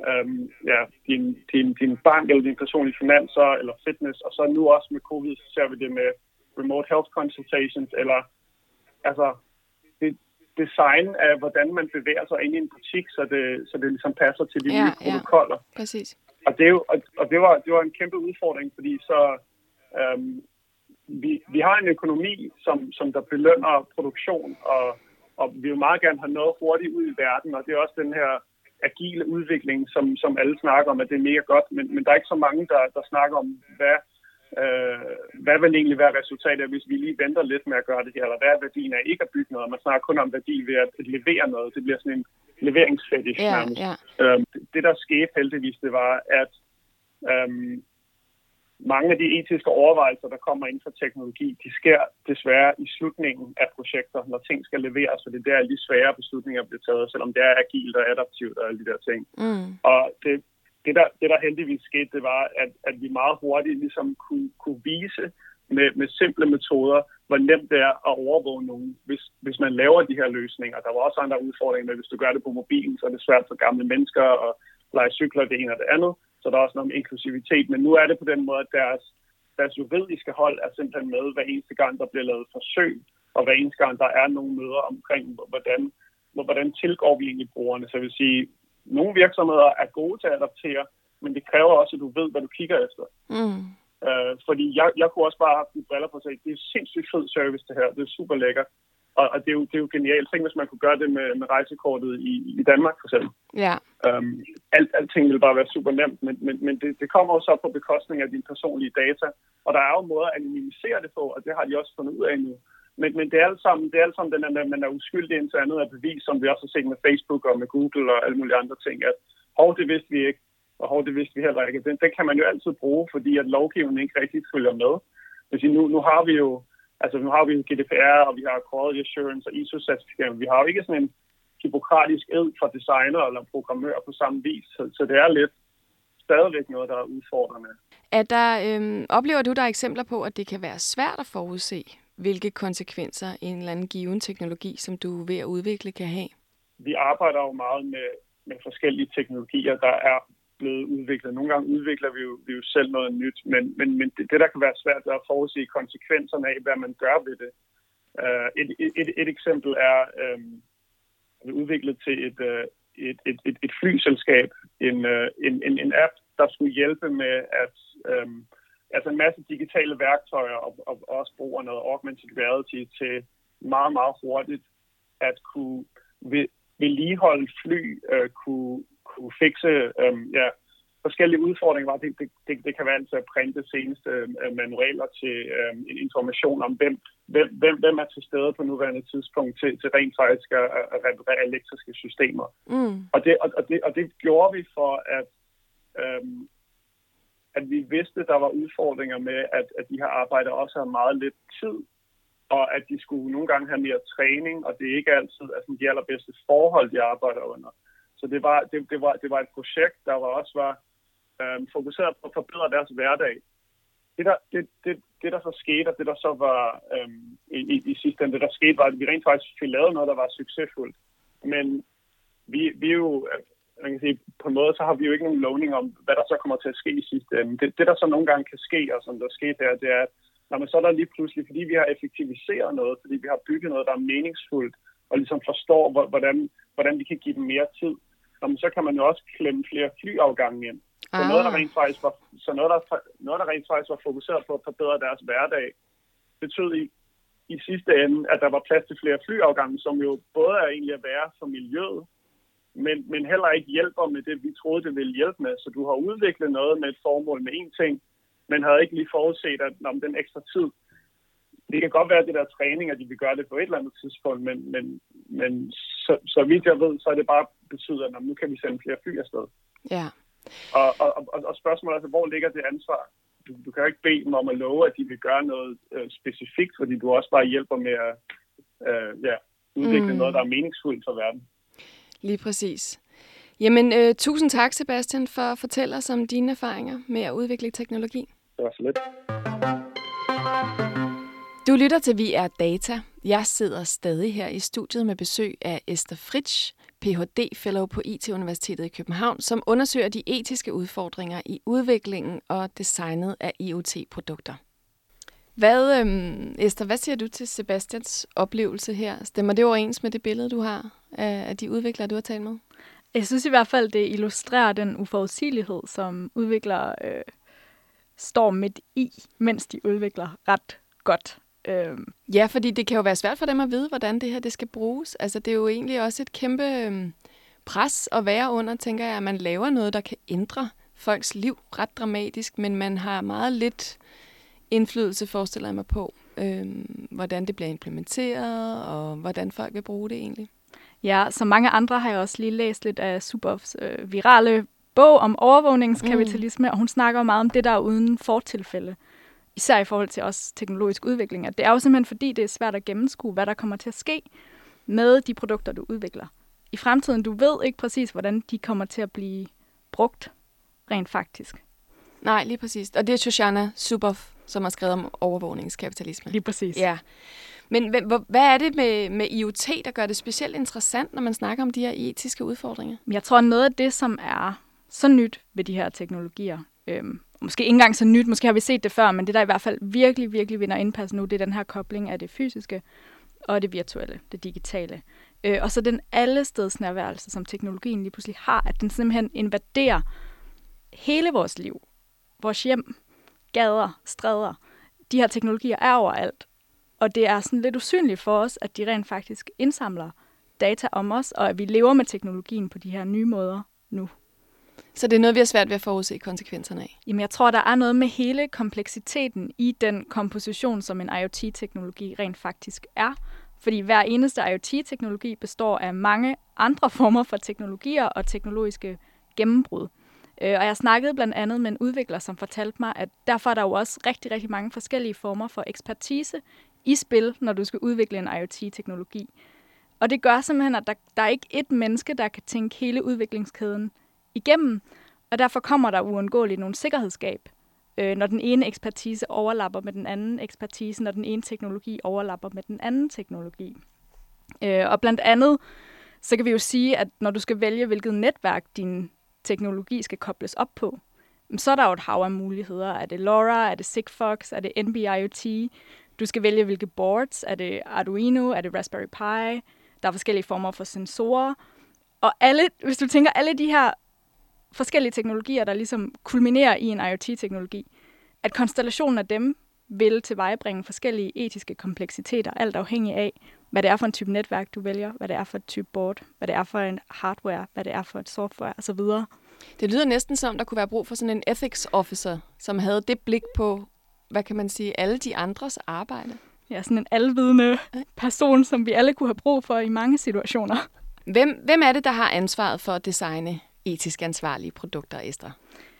din bank, eller din personlige finanser, eller fitness. Og så nu også med covid, så ser vi det med remote health consultations, eller altså design af, hvordan man bevæger sig ind i en butik, så det ligesom passer til de nye protokoller. Præcis. Og det var en kæmpe udfordring, fordi så vi har en økonomi, som der belønner produktion, og vi vil meget gerne have noget hurtigt ud i verden, og det er også den her agile udvikling, som alle snakker om, at det er mega godt, men der er ikke så mange, der snakker om, hvad vil egentlig være resultatet, hvis vi lige venter lidt med at gøre det her, eller hvad er værdien af ikke at bygge noget. Man snakker kun om værdi ved at levere noget. Det bliver sådan en leveringsfetish nærmest. Det, der skete heldigvis, det var, at mange af de etiske overvejelser, der kommer inden for teknologi, de sker desværre i slutningen af projekter, når ting skal leveres, så det er der de svære beslutninger bliver taget, selvom det er agilt og adaptivt og alle de der ting. Og det, der heldigvis skete, det var, at vi meget hurtigt ligesom kunne vise med simple metoder, hvor nemt det er at overvåge nogen, hvis man laver de her løsninger. Der var også andre udfordringer med, hvis du gør det på mobilen, så er det svært for gamle mennesker at lege cykler det ene og det andet. Så der er også noget om inklusivitet. Men nu er det på den måde, at deres juridiske hold er simpelthen med hver eneste gang, der bliver lavet forsøg, og hver eneste gang, der er nogle møder omkring, hvordan tilgår vi egentlig brugerne. Så jeg vil sige, nogle virksomheder er gode til at adaptere, men det kræver også, at du ved, hvad du kigger efter. Fordi jeg kunne også bare have de briller på sig. Det er sindssygt fed service, det her. Det er super lækkert. Og det er jo genialt. Tænk, hvis man kunne gøre det med rejsekortet i Danmark, for eksempel. Ja. Alting vil bare være super nemt, men det kommer jo så på bekostning af dine personlige data. Og der er jo måder at anonymisere det på, og det har de også fundet ud af nu. Men det er alt sammen den der, man er uskyldig indtil andet af bevis, som vi også har set med Facebook og med Google og alle mulige andre ting, at det vidste vi ikke, og det vidste vi heller ikke. Den kan man jo altid bruge, fordi at lovgivningen ikke rigtig følger med. Nu har vi jo GDPR, og vi har Quality Assurance og ISO-certificering. Vi har jo ikke sådan en hippokratisk ed for designer eller programmør på samme vis, så det er lidt stadigvæk noget, der er udfordrende. Oplever du, der er eksempler på, at det kan være svært at forudse, hvilke konsekvenser en eller anden given teknologi, som du er ved at udvikle, kan have? Vi arbejder jo meget med forskellige teknologier, der er blevet udviklet. Nogle gange udvikler vi jo selv noget nyt, men det der kan være svært, er at forudse konsekvenserne af, hvad man gør ved det. Et eksempel er udviklet til et flyselskab, en app, der skulle hjælpe med at altså en masse digitale værktøjer og også brug af noget augmented reality til meget, meget hurtigt at kunne vedligeholde fly, kunne fikse forskellige udfordringer. Det kan være altså at printe seneste manualer til information om, hvem er til stede på nuværende tidspunkt til rent faktisk at reparere elektriske systemer. Og det gjorde vi for at vi vidste, der var udfordringer med, at de her arbejdere også havde meget lidt tid, og at de skulle nogle gange have mere træning, og det er ikke altid de allerbedste forhold, de arbejder under. Så det var et projekt, der var fokuseret på at forbedre deres hverdag. Det der så skete, og det der så var i sidste ende, det der skete, var, at vi rent faktisk fik lavet noget, der var succesfuldt. Men vi er jo, man kan sige, på en måde, så har vi jo ikke nogen lovning om, hvad der så kommer til at ske i sidste ende. Det der så nogle gange kan ske, og som der skete her, det er, at så er der lige pludselig, fordi vi har effektiviseret noget, fordi vi har bygget noget, der er meningsfuldt, og ligesom forstår, hvordan vi kan give dem mere tid, så kan man jo også klemme flere flyafgange ind. Så noget, der rent faktisk var fokuseret på at forbedre deres hverdag, betød i sidste ende, at der var plads til flere flyafgange, som jo både er egentlig at være for miljøet, men heller ikke hjælper med det, vi troede, det ville hjælpe med. Så du har udviklet noget med et formål med én ting, men havde ikke lige forudset, at den ekstra tid det kan godt være, at det der træning, at de vil gøre det på et eller andet tidspunkt, men så vidt jeg ved, så er det bare betyder, at nu kan vi sende flere fly afsted. Ja. Og spørgsmålet er altså, hvor ligger det ansvar? Du kan jo ikke bede dem om at love, at de vil gøre noget specifikt, fordi du også bare hjælper med at udvikle noget, der er meningsfuldt for verden. Lige præcis. Jamen, tusind tak, Sebastian, for at fortælle os om dine erfaringer med at udvikle teknologi. Det var så lidt. Du lytter til Vi er Data. Jeg sidder stadig her i studiet med besøg af Esther Fritsch, Ph.D.-fellow på IT-universitetet i København, som undersøger de etiske udfordringer i udviklingen og designet af IoT-produkter. Esther, hvad siger du til Sebastians oplevelse her? Stemmer det overens med det billede, du har af de udviklere, du har talt med? Jeg synes i hvert fald, det illustrerer den uforudsigelighed, som udviklere står midt i, mens de udvikler ret godt. Ja, fordi det kan jo være svært for dem at vide, hvordan det her det skal bruges. Altså, det er jo egentlig også et kæmpe pres at være under, tænker jeg, at man laver noget, der kan ændre folks liv ret dramatisk, men man har meget lidt indflydelse, forestiller jeg mig på, hvordan det bliver implementeret, og hvordan folk vil bruge det egentlig. Ja, som mange andre har jeg også lige læst lidt af Zuboffs virale bog om overvågningskapitalisme, og hun snakker meget om det, der er uden fortilfælde. Især i forhold til også teknologisk udvikling. Det er jo simpelthen fordi, det er svært at gennemskue, hvad der kommer til at ske med de produkter, du udvikler. I fremtiden, du ved ikke præcis, hvordan de kommer til at blive brugt rent faktisk. Nej, lige præcis. Og det er Shoshana Zuboff, som har skrevet om overvågningskapitalisme. Lige præcis. Ja. Men hvad er det med IoT, der gør det specielt interessant, når man snakker om de her etiske udfordringer? Jeg tror, noget af det, som er så nyt ved de her teknologier, måske ikke engang så nyt, måske har vi set det før, men det der i hvert fald virkelig, virkelig vinder indpas nu, det er den her kobling af det fysiske og det virtuelle, det digitale. Og så den allestedsnærværelse, som teknologien lige pludselig har, at den simpelthen invaderer hele vores liv, vores hjem, gader, stræder. De her teknologier er overalt, og det er sådan lidt usynligt for os, at de rent faktisk indsamler data om os, og at vi lever med teknologien på de her nye måder nu. Så det er noget, vi har svært ved at forudse konsekvenserne af? Jamen, jeg tror, der er noget med hele kompleksiteten i den komposition, som en IoT-teknologi rent faktisk er. Fordi hver eneste IoT-teknologi består af mange andre former for teknologier og teknologiske gennembrud. Og jeg snakkede blandt andet med en udvikler, som fortalte mig, at derfor er der jo også rigtig, rigtig mange forskellige former for ekspertise i spil, når du skal udvikle en IoT-teknologi. Og det gør simpelthen, at der er ikke ét menneske, der kan tænke hele udviklingskæden igennem, og derfor kommer der uundgåeligt nogle sikkerhedsgab, når den ene ekspertise overlapper med den anden ekspertise, når den ene teknologi overlapper med den anden teknologi. Og blandt andet, så kan vi jo sige, at når du skal vælge, hvilket netværk din teknologi skal kobles op på, så er der jo et hav af muligheder. Er det LoRa? Er det Sigfox? Er det NB-IoT? Du skal vælge, hvilke boards. Er det Arduino? Er det Raspberry Pi? Der er forskellige former for sensorer. Og hvis du tænker alle de her forskellige teknologier, der ligesom kulminerer i en IoT-teknologi, at konstellationen af dem vil tilvejebringe forskellige etiske kompleksiteter, alt afhængig af, hvad det er for en type netværk, du vælger, hvad det er for et type board, hvad det er for en hardware, hvad det er for et software osv. Det lyder næsten som, der kunne være brug for sådan en ethics officer, som havde det blik på, hvad kan man sige, alle de andres arbejde. Ja, sådan en alvidende person, som vi alle kunne have brug for i mange situationer. Hvem er det, der har ansvaret for at designe etisk ansvarlige produkter, Esther?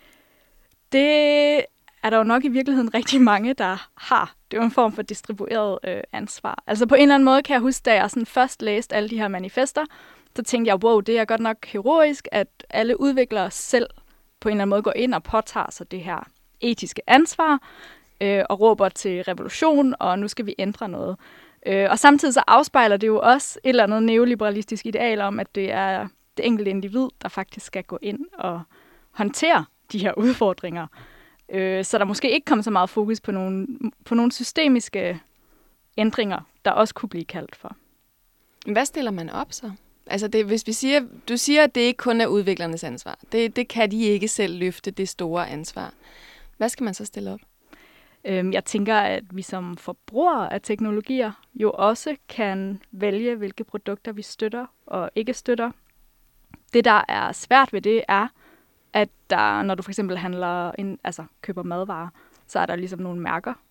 Det er der jo nok i virkeligheden rigtig mange, der har. Det er jo en form for distribueret ansvar. Altså på en eller anden måde kan jeg huske, da jeg sådan først læste alle de her manifester, så tænkte jeg, wow, det er godt nok heroisk, at alle udviklere selv på en eller anden måde går ind og påtager sig det her etiske ansvar og råber til revolution, og nu skal vi ændre noget. Og samtidig så afspejler det jo også et eller andet neoliberalistisk ideal om, at det er det enkelte individ, der faktisk skal gå ind og håndtere de her udfordringer. Så der måske ikke kommer så meget fokus på nogle systemiske ændringer, der også kunne blive kaldt for. Hvad stiller man op så? Altså hvis du siger, at det ikke kun er udviklernes ansvar. Det kan de ikke selv løfte, det store ansvar. Hvad skal man så stille op? Jeg tænker, at vi som forbrugere af teknologier jo også kan vælge, hvilke produkter vi støtter og ikke støtter. Det, der er svært ved det, er, at der, når du for eksempel køber madvarer, så er der ligesom nogle mærker,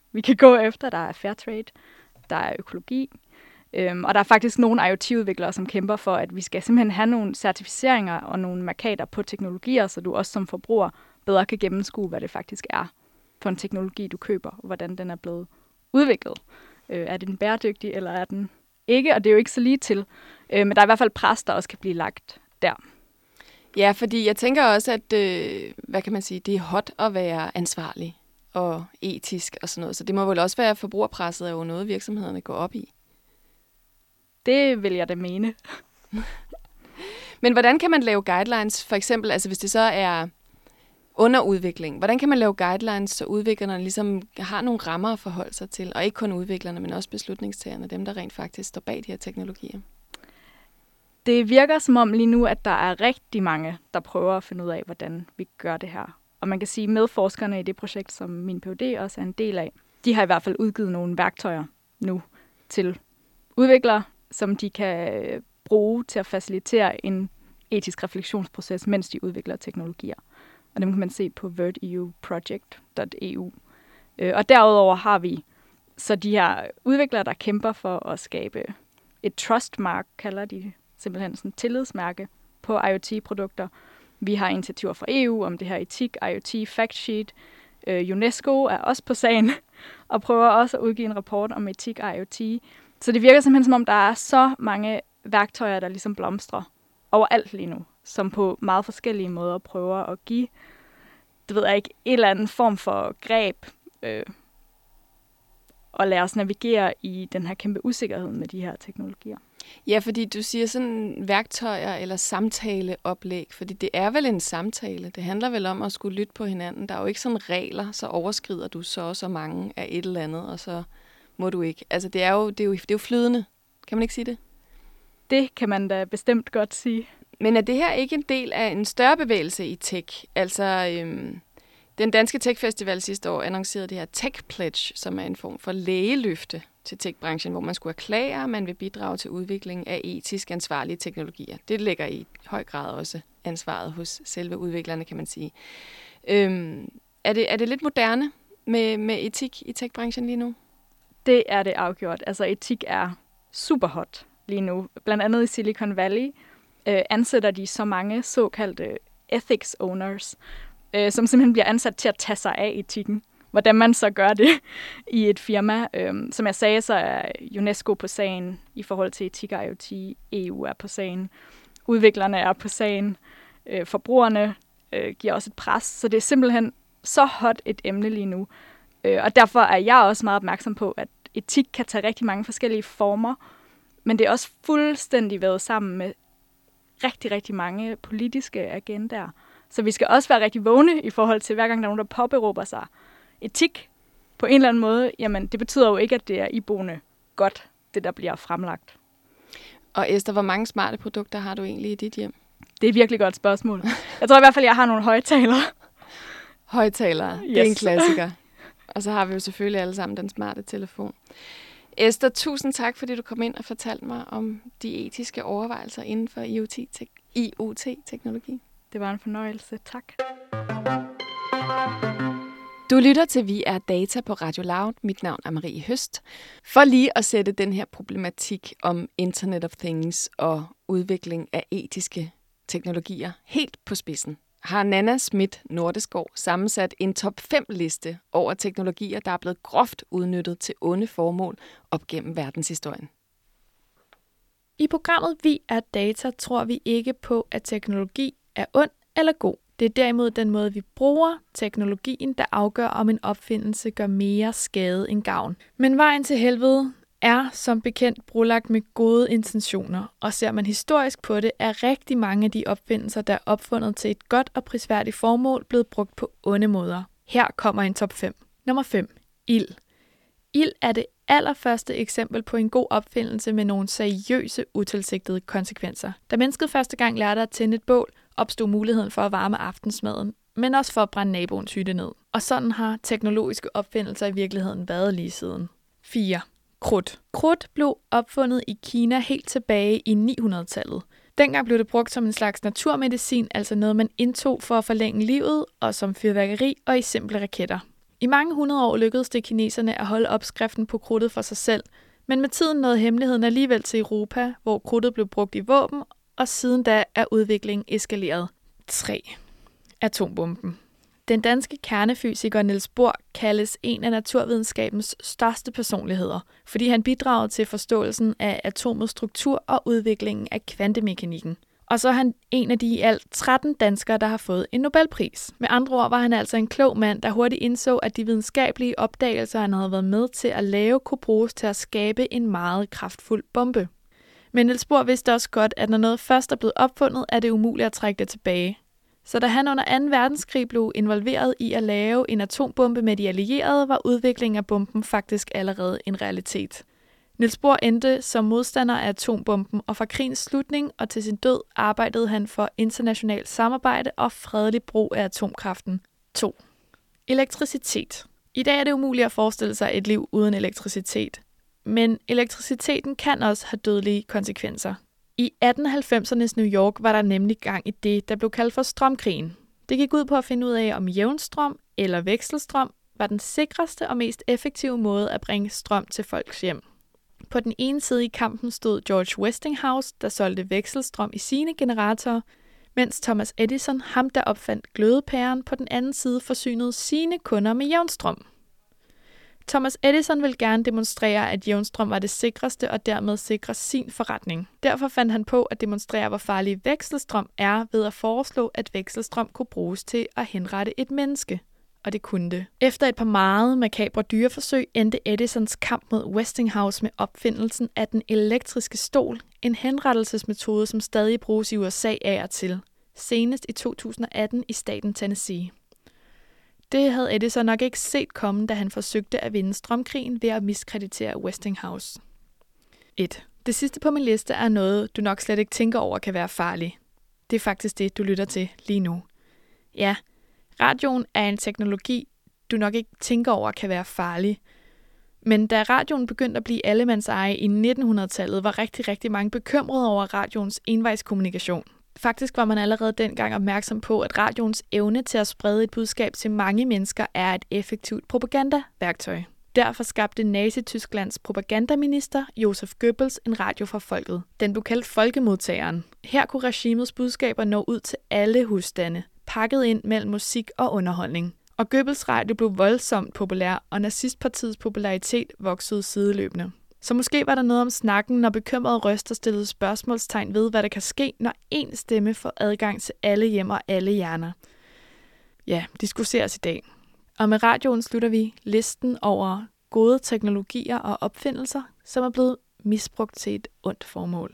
vi kan gå efter. Der er fair trade, der er økologi, og der er faktisk nogle IoT-udviklere, som kæmper for, at vi skal simpelthen have nogle certificeringer og nogle markader på teknologier, så du også som forbruger bedre kan gennemskue, hvad det faktisk er for en teknologi, du køber, og hvordan den er blevet udviklet. Er den bæredygtig, eller er den ikke? Og det er jo ikke så lige til. Men der er i hvert fald pres, der også kan blive lagt der. Ja, fordi jeg tænker også, at hvad kan man sige, det er hot at være ansvarlig og etisk og sådan noget. Så det må vel også være, at forbrugerpresset er jo noget, virksomhederne går op i. Det vil jeg da mene. Men hvordan kan man lave guidelines, for eksempel, altså hvis det så er underudvikling, hvordan kan man lave guidelines, så udviklerne ligesom har nogle rammer at forholde sig til, og ikke kun udviklerne, men også beslutningstagerne, dem der rent faktisk står bag de her teknologier? Det virker som om lige nu, at der er rigtig mange, der prøver at finde ud af, hvordan vi gør det her. Og man kan sige, at medforskerne i det projekt, som min Ph.D. også er en del af, de har i hvert fald udgivet nogle værktøjer nu til udviklere, som de kan bruge til at facilitere en etisk refleksionsproces, mens de udvikler teknologier. Og dem kan man se på verteuproject.eu. Og derudover har vi så de her udviklere, der kæmper for at skabe et trustmark, kalder de simpelthen sådan et tillidsmærke på IoT-produkter. Vi har initiativer fra EU om det her etik, IoT factsheet. UNESCO er også på sagen og prøver også at udgive en rapport om etik og IoT. Så det virker simpelthen som om, der er så mange værktøjer, der ligesom blomstrer overalt lige nu, som på meget forskellige måder prøver at give, det ved jeg ikke, en eller anden form for greb og lade os navigere i den her kæmpe usikkerhed med de her teknologier. Ja, fordi du siger sådan værktøjer eller samtaleoplæg, fordi det er vel en samtale. Det handler vel om at skulle lytte på hinanden. Der er jo ikke sådan regler, så overskrider du så mange af et eller andet, og så må du ikke. Altså det er jo flydende. Kan man ikke sige det? Det kan man da bestemt godt sige. Men er det her ikke en del af en større bevægelse i tech? Altså den danske tech-festival sidste år annoncerede det her Tech Pledge, som er en form for lægeløfte til tech-branchen, hvor man skulle erklære, at man vil bidrage til udvikling af etisk ansvarlige teknologier. Det ligger i høj grad også ansvaret hos selve udviklerne, kan man sige. Er det lidt moderne med etik i tech-branchen lige nu? Det er det afgjort. Altså etik er super hot lige nu. Blandt andet i Silicon Valley ansætter de så mange såkaldte ethics owners, som simpelthen bliver ansat til at tage sig af etikken. Hvordan man så gør det i et firma. Som jeg sagde, så er UNESCO på sagen i forhold til etik og IoT. EU er på sagen. Udviklerne er på sagen. Forbrugerne giver også et pres. Så det er simpelthen så hot et emne lige nu. Og derfor er jeg også meget opmærksom på, at etik kan tage rigtig mange forskellige former. Men det er også fuldstændig vævet sammen med rigtig, rigtig mange politiske agendaer. Så vi skal også være rigtig vågne i forhold til, hver gang der er nogen, der påberåber sig etik på en eller anden måde. Jamen, det betyder jo ikke, at det er iboende godt, det der bliver fremlagt. Og Esther, hvor mange smarte produkter har du egentlig i dit hjem? Det er et virkelig godt spørgsmål. Jeg tror i hvert fald, jeg har nogle højttalere. Højttalere, yes. Det er en klassiker. Og så har vi jo selvfølgelig alle sammen den smarte telefon. Esther, tusind tak, fordi du kom ind og fortalte mig om de etiske overvejelser inden for IoT-teknologi. Det var en fornøjelse. Tak. Du lytter til Vi er Data på Radio Loud. Mit navn er Marie Høst. For lige at sætte den her problematik om Internet of Things og udvikling af etiske teknologier helt på spidsen, har Nanna Schmidt Nordeskov sammensat en top 5-liste over teknologier, der er blevet groft udnyttet til onde formål op gennem verdenshistorien. I programmet Vi er Data tror vi ikke på, at teknologi er ond eller god. Det er derimod den måde, vi bruger teknologien, der afgør, om en opfindelse gør mere skade end gavn. Men vejen til helvede er som bekendt brolagt med gode intentioner, og ser man historisk på det, er rigtig mange af de opfindelser, der er opfundet til et godt og prisværdigt formål, blevet brugt på onde måder. Her kommer en top 5. Nummer 5. Ild. Ild er det allerførste eksempel på en god opfindelse med nogle seriøse, utilsigtede konsekvenser. Da mennesket første gang lærte at tænde et bål, opstod muligheden for at varme aftensmaden, men også for at brænde naboens hytte ned. Og sådan har teknologiske opfindelser i virkeligheden været lige siden. 4. Krudt. Krudt blev opfundet i Kina helt tilbage i 900-tallet. Dengang blev det brugt som en slags naturmedicin, altså noget man indtog for at forlænge livet, og som fyrværkeri og i simple raketter. I mange 100 år lykkedes det kineserne at holde opskriften på krudtet for sig selv, men med tiden nåede hemmeligheden alligevel til Europa, hvor krudtet blev brugt i våben, og siden da er udviklingen eskaleret. 3. Atombomben. Den danske kernefysiker Niels Bohr kaldes en af naturvidenskabens største personligheder, fordi han bidrager til forståelsen af atomets struktur og udviklingen af kvantemekanikken. Og så er han en af de i alt 13 danskere, der har fået en Nobelpris. Med andre ord var han altså en klog mand, der hurtigt indså, at de videnskabelige opdagelser, han havde været med til at lave, kunne bruges til at skabe en meget kraftfuld bombe. Men Niels Bohr vidste også godt, at når noget først er blevet opfundet, er det umuligt at trække det tilbage. Så da han under 2. verdenskrig blev involveret i at lave en atombombe med de allierede, var udviklingen af bomben faktisk allerede en realitet. Niels Bohr endte som modstander af atombomben, og fra krigens slutning og til sin død arbejdede han for internationalt samarbejde og fredelig brug af atomkraften. 2. Elektricitet. I dag er det umuligt at forestille sig et liv uden elektricitet. Men elektriciteten kan også have dødelige konsekvenser. I 1890'ernes New York var der nemlig gang i det, der blev kaldt for strømkrigen. Det gik ud på at finde ud af, om jævnstrøm eller vekselstrøm var den sikreste og mest effektive måde at bringe strøm til folks hjem. På den ene side i kampen stod George Westinghouse, der solgte vekselstrøm i sine generatorer, mens Thomas Edison, ham der opfandt glødepæren, på den anden side forsynede sine kunder med jævnstrøm. Thomas Edison ville gerne demonstrere, at jævnstrøm var det sikreste og dermed sikre sin forretning. Derfor fandt han på at demonstrere, hvor farlig vekselstrøm er ved at foreslå, at vekselstrøm kunne bruges til at henrette et menneske. Og det kunne det. Efter et par meget makabre dyreforsøg endte Edisons kamp mod Westinghouse med opfindelsen af den elektriske stol, en henrettelsesmetode, som stadig bruges i USA af og til. Senest i 2018 i staten Tennessee. Det havde Edison nok ikke set komme, da han forsøgte at vinde strømkrigen ved at miskreditere Westinghouse. 1. Det sidste på min liste er noget, du nok slet ikke tænker over kan være farligt. Det er faktisk det, du lytter til lige nu. Ja, radioen er en teknologi, du nok ikke tænker over kan være farlig. Men da radioen begyndte at blive allemandseje i 1900-tallet, var rigtig mange bekymrede over radioens envejskommunikation. Faktisk var man allerede dengang opmærksom på, at radioens evne til at sprede et budskab til mange mennesker er et effektivt propagandaværktøj. Derfor skabte Nazi-Tysklands propagandaminister Josef Goebbels en radio for folket. Den blev kaldt folkemodtageren. Her kunne regimets budskaber nå ud til alle husstande, pakket ind mellem musik og underholdning. Og Goebbels radio blev voldsomt populær, og nazistpartiets popularitet voksede sideløbende. Så måske var der noget om snakken, når bekymrede røster stillede spørgsmålstegn ved, hvad der kan ske, når én stemme får adgang til alle hjem og alle hjerner. Ja, diskuteres i dag. Og med radioen slutter vi listen over gode teknologier og opfindelser, som er blevet misbrugt til et ondt formål.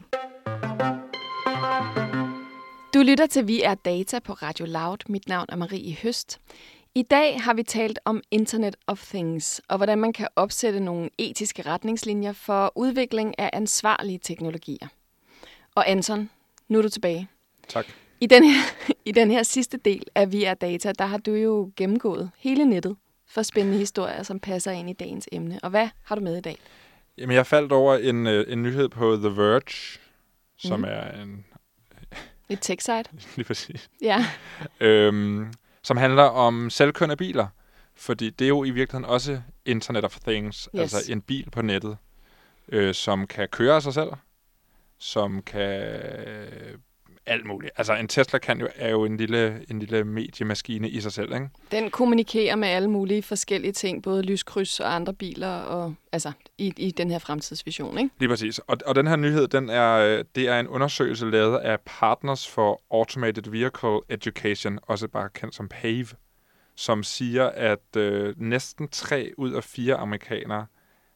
Du lytter til Vi er Data på Radio Loud. Mit navn er Marie Høst. I dag har vi talt om Internet of Things, og hvordan man kan opsætte nogle etiske retningslinjer for udvikling af ansvarlige teknologier. Og Anton, nu er du tilbage. Tak. I den her sidste del af Vi er Data, der har du jo gennemgået hele nettet for spændende historier, som passer ind i dagens emne. Og hvad har du med i dag? Jamen, jeg faldt over en nyhed på The Verge, som er en... Et tech-site? Lige præcis. Ja. Som handler om selvkørende biler. Fordi det er jo i virkeligheden også Internet of Things. Yes. Altså en bil på nettet, som kan køre af sig selv. Som kan alt muligt. Altså en Tesla er jo en lille mediemaskine i sig selv, ikke? Den kommunikerer med alle mulige forskellige ting, både lyskryds og andre biler, og altså i den her fremtidsvision, ikke? Lige præcis. Og den her nyhed, det er en undersøgelse lavet af Partners for Automated Vehicle Education, også bare kendt som PAVE, som siger, at næsten 3 ud af 4 amerikanere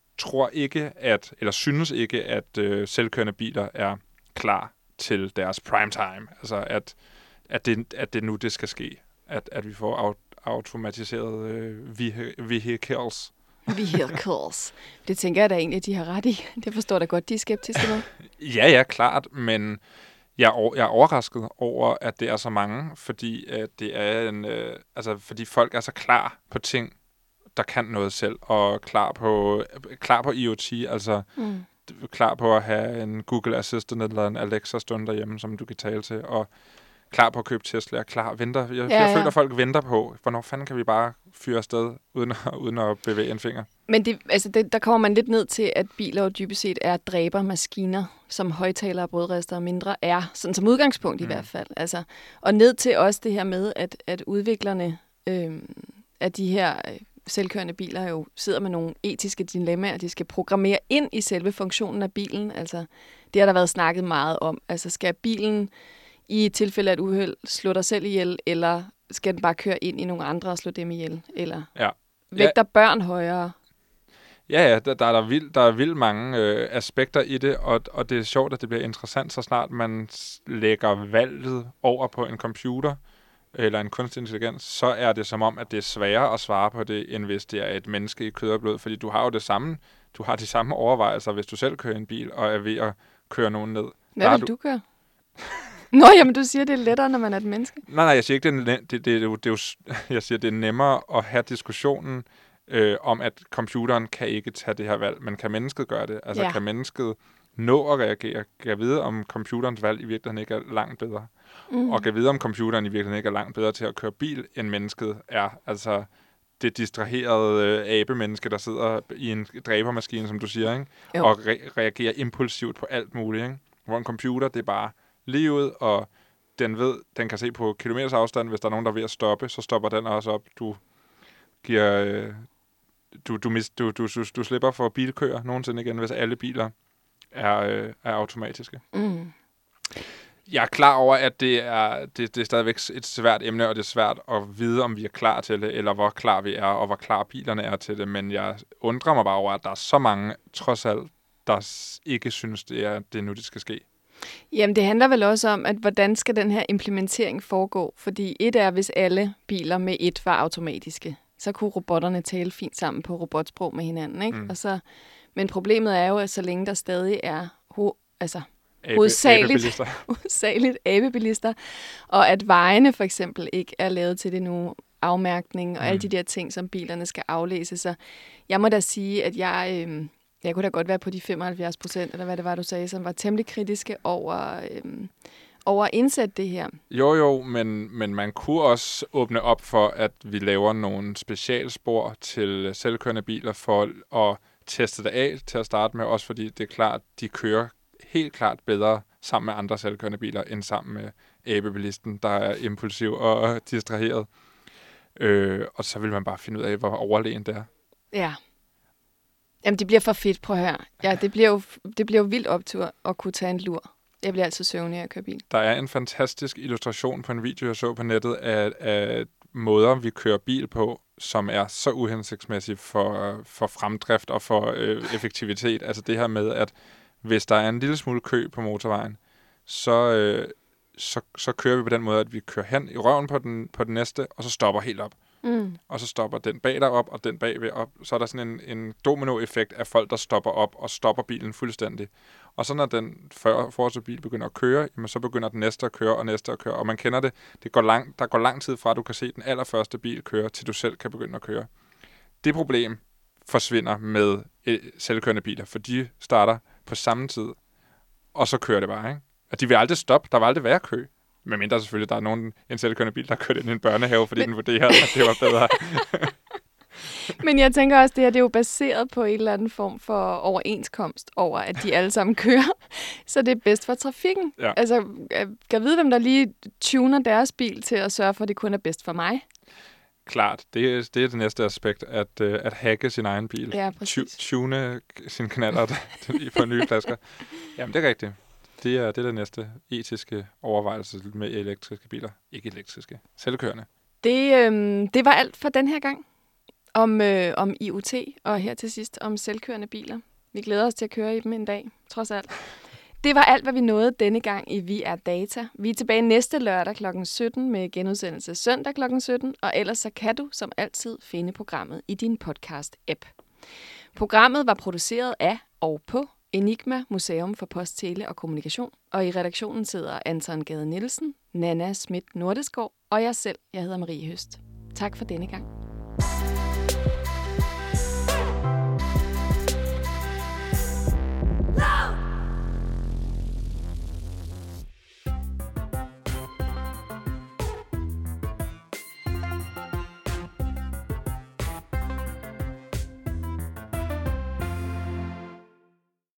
synes ikke, at selvkørende biler er klar til deres primetime. Altså, at det nu det skal ske. At vi får automatiseret vehicles. Vehicles. Det tænker jeg da egentlig, de har ret i. Det forstår jeg da godt, de er skeptiske med. Ja, klart, men jeg er overrasket over, at det er så mange, fordi det er fordi folk er så klar på ting, der kan noget selv, og klar på IoT, altså klar på at have en Google Assistant eller en Alexa stående derhjemme, som du kan tale til, og klar på at købe Tesla, venter. Jeg føler, at folk venter på, hvornår fanden kan vi bare fyre afsted, uden at bevæge en finger. Men der kommer man lidt ned til, at biler jo dybest set er dræbermaskiner, som højtalere, brødrester og mindre er, sådan som udgangspunkt i hvert fald. Altså, og ned til også det her med, at udviklerne af de her selvkørende biler jo sidder med nogle etiske dilemmaer, de skal programmere ind i selve funktionen af bilen. Altså, det har der været snakket meget om. Altså, skal bilen i tilfælde af et uheld slå dig selv ihjel, eller skal den bare køre ind i nogle andre og slå dem ihjel? Eller vægter børn højere? Ja, der er vildt mange aspekter i det, og det er sjovt, at det bliver interessant, så snart man lægger valget over på en computer eller en kunstig intelligens, så er det som om, at det er sværere at svare på det, end hvis det er et menneske i kød og blod, fordi du har jo de samme overvejelser, hvis du selv kører en bil og er ved at køre nogen ned. Hvad vil du køre? Nå, jamen du siger, det er lettere, når man er et menneske. Nej, jeg siger ikke, jeg siger, det er nemmere at have diskussionen om, at computeren kan ikke tage det her valg, men kan mennesket gøre det? Altså, kan mennesket nå at reagere? Kan vide, om computerens valg i virkeligheden ikke er langt bedre? Og kan vide, om computeren i virkeligheden ikke er langt bedre til at køre bil, end mennesket er? Altså, det distraherede abemenneske, der sidder i en dræbermaskine, som du siger, ikke? Og reagerer impulsivt på alt muligt, ikke? Hvor en computer, det er bare lige ud, og den kan se på kilometers afstand, hvis der er nogen, der er ved at stoppe, så stopper den også op. Du slipper for bilkøer nogensinde igen, hvis alle biler er automatiske. Jeg er klar over, at det er stadigvæk et svært emne, og det er svært at vide, om vi er klar til det, eller hvor klar vi er, og hvor klar bilerne er til det. Men jeg undrer mig bare over, at der er så mange, trods alt, der ikke synes, det er nu, det skal ske. Jamen, det handler vel også om, at hvordan skal den her implementering foregå? Fordi et er, hvis alle biler med et var automatiske, så kunne robotterne tale fint sammen på robotsprog med hinanden, ikke? Men problemet er jo, at så længe der stadig er hovedsageligt abebilister, og at vejene for eksempel ikke er lavet til det nu, afmærkning og alle de der ting, som bilerne skal aflæse. Så jeg må da sige, at jeg kunne da godt være på de 75%, eller hvad det var, du sagde, som var temmelig kritiske over at indsætte det her. Jo, men man kunne også åbne op for, at vi laver nogle specialspor til selvkørende biler for at teste det af til at starte med, også fordi det er klart, de kører helt klart bedre sammen med andre selvkørende biler, end sammen med abebilisten, der er impulsiv og distraheret. Og så vil man bare finde ud af, hvor overlegen det er. Ja. Jamen, det bliver for fedt, prøv at høre. Ja, det bliver jo vildt optur at kunne tage en lur. Jeg bliver altid søvnig af at køre bil. Der er en fantastisk illustration på en video, jeg så på nettet, af måder, vi kører bil på, som er så uhensigtsmæssigt for fremdrift og for effektivitet. Altså det her med, at hvis der er en lille smule kø på motorvejen, så kører vi på den måde, at vi kører hen i røven på den næste, og så stopper helt op. Og så stopper den bag dig op, og den bagved op. Så er der sådan en dominoeffekt af folk, der stopper op og stopper bilen fuldstændig. Og så når den forreste bil begynder at køre, jamen, så begynder den næste at køre, og næste at køre. Og man kender det. Der går lang tid fra, at du kan se den allerførste bil køre, til du selv kan begynde at køre. Det problem forsvinder med selvkørende biler, for de starter på samme tid, og så kører det bare, ikke? Og de vil aldrig stoppe. Der vil aldrig være kø. Medmindre selvfølgelig, der er en selvkørende bil, der kørte ind i en børnehave, fordi den vurderer, at det var bedre. Men jeg tænker også, det er jo baseret på en eller anden form for overenskomst over, at de alle sammen kører. Så det er bedst for trafikken. Ja. Altså, kan jeg vide, hvem der lige tuner deres bil til at sørge for, at det kun er bedst for mig? Klart. Det er det næste aspekt, at hacke sin egen bil. Ja, tune sin knallert på nye flasker. Jamen, det er rigtigt. Det er det næste etiske overvejelse med elektriske biler. Ikke elektriske. Selvkørende. Det var alt for den her gang om IoT, og her til sidst om selvkørende biler. Vi glæder os til at køre i dem en dag, trods alt. Det var alt, hvad vi nåede denne gang i Vi er Data. Vi er tilbage næste lørdag kl. 17 med genudsendelse søndag kl. 17, og ellers så kan du som altid finde programmet i din podcast-app. Programmet var produceret af og på Enigma Museum for Post, Tele og Kommunikation, og i redaktionen sidder Anton Gade Nielsen, Nana Schmidt Nordeskov og jeg selv. Jeg hedder Marie Høst. Tak for denne gang.